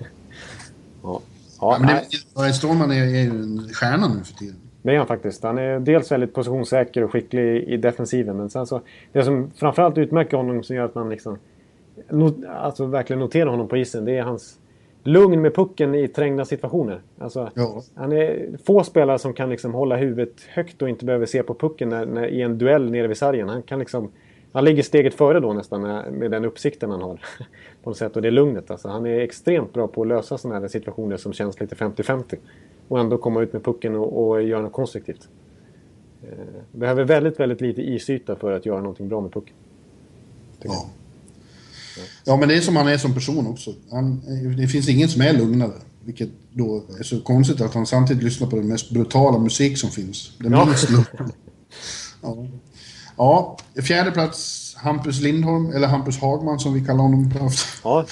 ja. Ja, men det, Strålman är, är ju en stjärna nu för tiden.
Det är han faktiskt. Han är dels väldigt positionssäker och skicklig i defensiven. Men sen så, det som framförallt utmärker honom som gör att man liksom, not, alltså verkligen noterar honom på isen, det är hans lugn med pucken i trängda situationer. Alltså, ja. Han är få spelare som kan liksom hålla huvudet högt och inte behöver se på pucken när, när, i en duell nere vid sargen. Han kan liksom, han ligger steget före då nästan med, med den uppsikten han har på något sätt, och det är lugnet. Alltså, han är extremt bra på att lösa sådana här situationer som känns lite femtio femtio och ändå komma ut med pucken och, och göra något konstruktivt. Eh, behöver väldigt, väldigt lite isyta för att göra någonting bra med pucken.
Ja. Ja, men det är som han är som person också. Han, det finns ingen som är lugnare. Vilket då är så konstigt att han samtidigt lyssnar på den mest brutala musik som finns. Det
ja.
minst lugnare. Ja. Ja, fjärde plats Hampus Lindholm, eller Hampus Hagman som vi kallar honom.
Ja.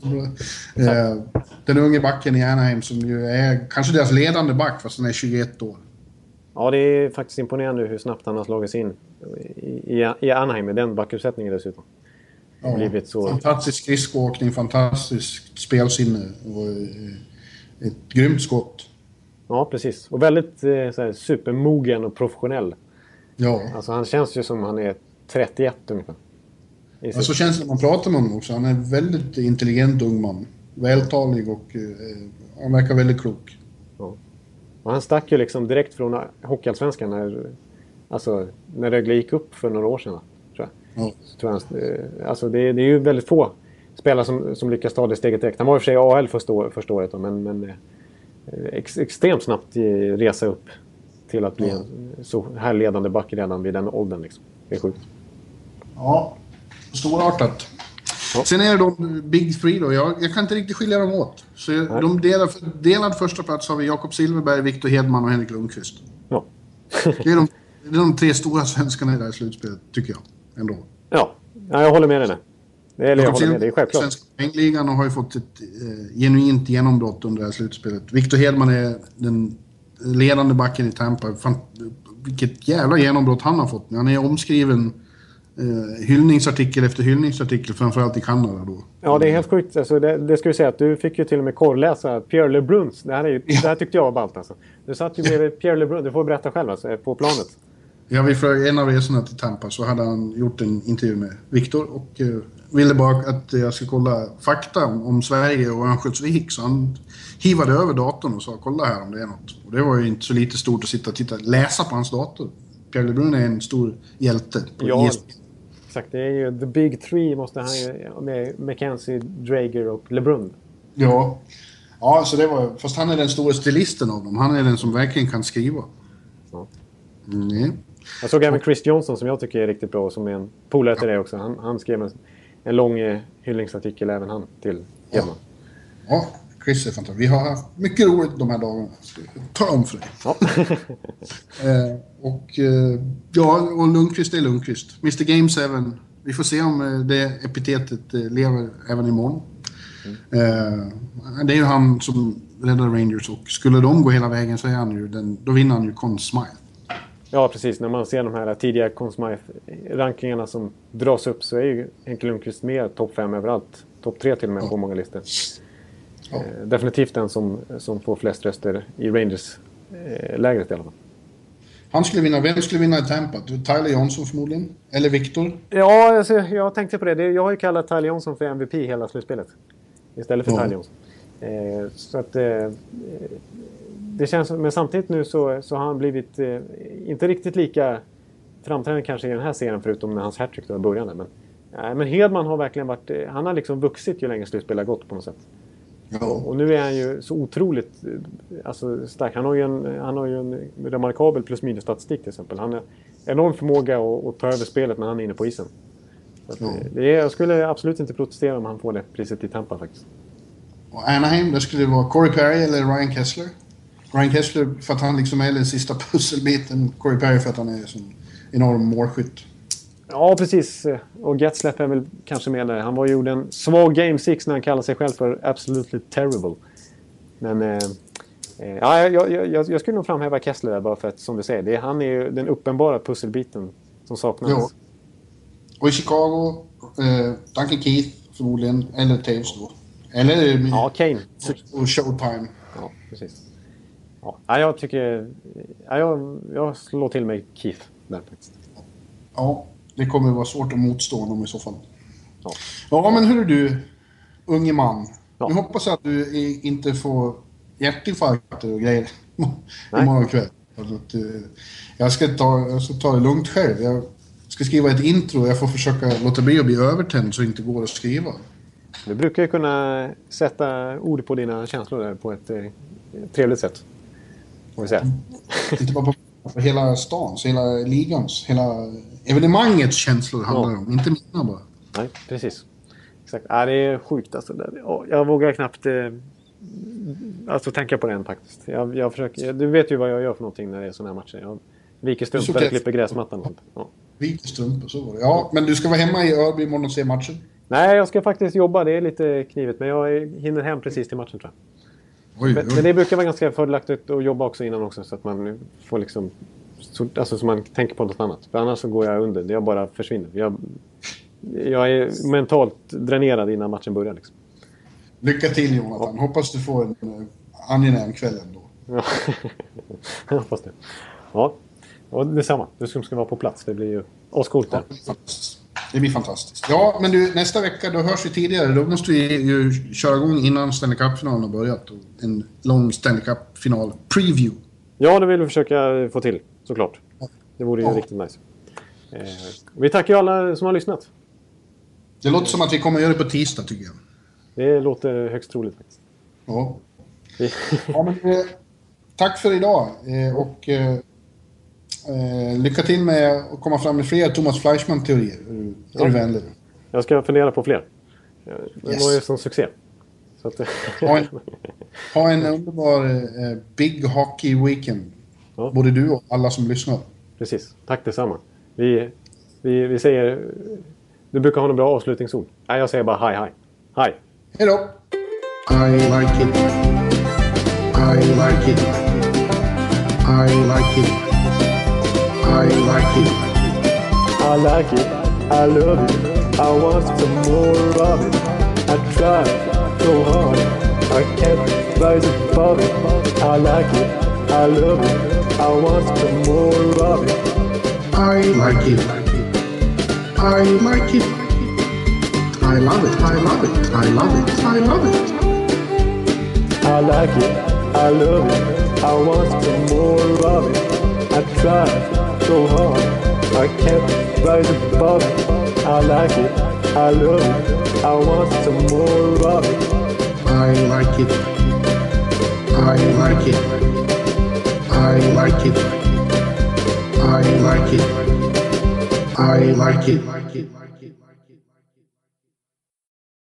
Den unge backen i Anaheim som ju är kanske deras ledande back fast han är tjugoett år.
Ja, det är faktiskt imponerande hur snabbt han har slagits in i, i, i Anaheim med den backuppsättningen dessutom.
Ja, blivit så... Fantastisk skridskoåkning, fantastiskt spelsinne och ett grymt skott.
Ja, precis. Och väldigt så här, supermogen och professionell.
Ja.
Alltså han känns ju som han är trettioett ungefär.
Ja, så känns det när man pratar med honom också. Han är en väldigt intelligent ung man. Vältalig och eh, han verkar väldigt klok.
Ja. Och han stack ju liksom direkt från Hockeyallsvenskan när, alltså, när Rögle gick upp för några år sedan. Tror jag. Ja. Så tror jag, alltså, det, det är ju väldigt få spelare som, som lyckas ta det steget direkt. Han var i och för sig A L första, första året då, men, men ex, extremt snabbt resa upp till att bli ja. en så här ledande back redan vid den åldern. Liksom. Det är sjukt.
Ja, storartat. Ja. Sen är det de Big Three då. Jag, jag kan inte riktigt skilja dem åt. Så jag, de delar, delad första plats har vi Jakob Silverberg, Victor Hedman och Henrik Lundqvist. Ja. det, är de, det är de tre stora svenskarna i det här slutspelet, tycker jag. Ändå.
Ja, ja jag håller med dig där. Det är, jag håller med, det är självklart.
Svenska poängligan har ju fått ett eh, genuint genombrott under det här slutspelet. Victor Hedman är den ledande backen i Tampa. Fan, vilket jävla genombrott han har fått. Han är omskriven eh, hyllningsartikel efter hyllningsartikel, framförallt i Kanada då.
Ja, det är helt sjukt. Alltså, det, det ska vi säga att du fick ju till och med korrläsa Pierre LeBruns. Det här, är ju, ja. det här tyckte jag var ballt alltså. Du satt ju med Pierre LeBrun, du får berätta själv alltså, på planet.
Ja, vi flög en av resorna till Tampa, så hade han gjort en intervju med Victor och eh, ville bara att jag skulle kolla fakta om, om Sverige och Örnsköldsvik, så han hivade över datorn och sa kolla här om det är något. Och det var ju inte så lite stort att sitta och titta, läsa på hans dator. Pierre LeBrun är en stor hjälte på
ja,
E S P N.
Exakt, det är ju the big three måste han ju, med McKenzie, Drager och LeBrun.
Ja. Ja, så det var, fast han är den stora stilisten av dem. Han är den som verkligen kan skriva.
Ja.
Mm.
Jag såg även Chris Johnson som jag tycker är riktigt bra, som är en polare till det också. Han, han skrev en, en lång eh, hyllningsartikel även han till Hedman.
Ja. ja, Chris är fantastisk. Vi har haft mycket roligt de här dagarna. Ta om för dig.
Ja.
eh, och eh, ja, och Lundqvist är Lundqvist. mister Game sju. Vi får se om eh, det epitetet eh, lever även imorgon. Mm. Eh, det är ju han som räddar Rangers, och skulle de gå hela vägen så är han ju den, då vinner han ju Conn Smythe.
Ja, precis. När man ser de här tidiga Conn Smythe-rankingarna som dras upp, så är ju Henke Lundqvist med topp fem överallt. Topp tre till och med ja. på många listor. Ja. Eh, definitivt den som, som får flest röster i Rangers-lägret eh, i alla fall.
Han skulle vinna. Vem skulle vinna i Tampa? Tyler Johnson förmodligen? Eller Victor?
Ja, alltså, jag tänkte på det. Jag har ju kallat Tyler Johnson för M V P hela slutspelet. Istället för ja. Tyler Johnson. Eh, så att... Eh, det känns, men samtidigt nu så, så har han blivit eh, inte riktigt lika framträdande kanske i den här serien, förutom när hans hattrick då i början. Men, eh, men Hedman har verkligen varit... Eh, han har liksom vuxit ju längre slutspelet gått på något sätt. Ja. Och, och nu är han ju så otroligt eh, alltså, stark. Han har ju en, han har ju en remarkabel plus minus statistik till exempel. Han har enorm förmåga att, att ta över spelet när han är inne på isen. Så att, ja. det är, jag skulle absolut inte protestera om han får det priset i Tampa faktiskt.
Och Anaheim, där skulle det vara Corey Perry eller Ryan Kessler. Ryan Kessler för att han liksom är den sista pusselbiten. Corey Perry för att han är en sån enorm målskytt. Ja,
precis. Och Getzlaff är väl kanske med där. Han var ju en svag game sex när han kallade sig själv för absolutely terrible. Men eh, eh, ja, jag, jag, jag skulle nog framhäva Kessler där bara för att, som du säger, det, han är ju den uppenbara pusselbiten som saknas.
Ja. Och i Chicago, eh, Duncan Keith förmodligen, eller Taves då. Eller
ja, Kane.
Och Showtime.
Ja, precis. Ja, jag tycker... Ja, jag, jag slår till mig Keith där faktiskt.
Ja, det kommer vara svårt att motstå honom i så fall. Ja, ja men hur är du, unge man? Ja. Nu hoppas jag att du inte får hjärtinfarkter och grejer imorgon kväll. Jag ska, ta, jag ska ta det lugnt själv. Jag ska skriva ett intro. Jag får försöka låta bli att bli övertänd så det inte går att skriva.
Du brukar ju kunna sätta ord på dina känslor där på ett eh, trevligt sätt. Får vi säga.
Inte bara på, på hela stans, hela ligans, hela evenemangets känslor handlar det ja. om. Inte mina bara.
Nej, precis. Exakt. Ja, det är sjukt alltså. Jag vågar knappt eh, alltså tänka på den faktiskt. Jag, jag försöker, du vet ju vad jag gör för någonting när det är såna här matcher. Jag viker strumpor och klipper gräsmattan. Ja.
Viker strumpor, så var det. Ja, men du ska vara hemma i Örby imorgon och se matchen?
Nej, jag ska faktiskt jobba. Det är lite knivigt. Men jag hinner hem precis till matchen, tror jag.
Oj,
men,
oj.
men det brukar vara ganska fördelaktigt att jobba också innan också. Så att man får liksom... Så, alltså så man tänker på något annat. För annars så går jag under. Jag bara försvinner. Jag, jag är mentalt dränerad innan matchen börjar. Liksom.
Lycka till, Jonathan. Ja. Hoppas du får en uh, angenäm kväll ändå.
Ja, jag hoppas det. Ja, och detsamma. Du ska vara på plats. Det blir ju ascoolt där.
Ja, det blir fantastiskt. Ja, men du, nästa vecka, då hörs vi tidigare. Då måste vi ju köra igång innan Stanley Cup-finalen har börjat. Och en lång Stanley Cup-final preview.
Ja, det vill vi försöka få till, såklart. Det vore ju ja. riktigt nice. Eh, vi tackar ju alla som har lyssnat.
Det låter som att vi kommer att göra det på tisdag, tycker jag.
Det låter högst troligt faktiskt.
Ja. ja men, eh, tack för idag. Eh, och... Eh, Eh, lycka till med att komma fram med fler Thomas Fleischmann-teorier. Är, ja. är du vänlig?
Jag ska fundera på fler. Det yes. var ju som succé. Så att...
ha, en, ha en underbar eh, Big Hockey Weekend. Ja. Både du och alla som lyssnar.
Precis. Tack detsamma. Vi, vi, vi säger Du brukar ha en bra avslutningsord. Nej, jag säger bara hi, hi. Hi.
Hej då. I like it. I like it. I like it. I like it.
I like it. I love it. I want some more of it. I try so hard. I can't rise above it. I like it. I love it. I want some more of it.
I like it. I like it. I love it. I love it. I love it. I love it.
I like it. I love it. I want some more of it. I try so hard. I can't rise above it. I like it. I love it. I want some more of it.
I like it. I like it. I like it. I like it. I like it.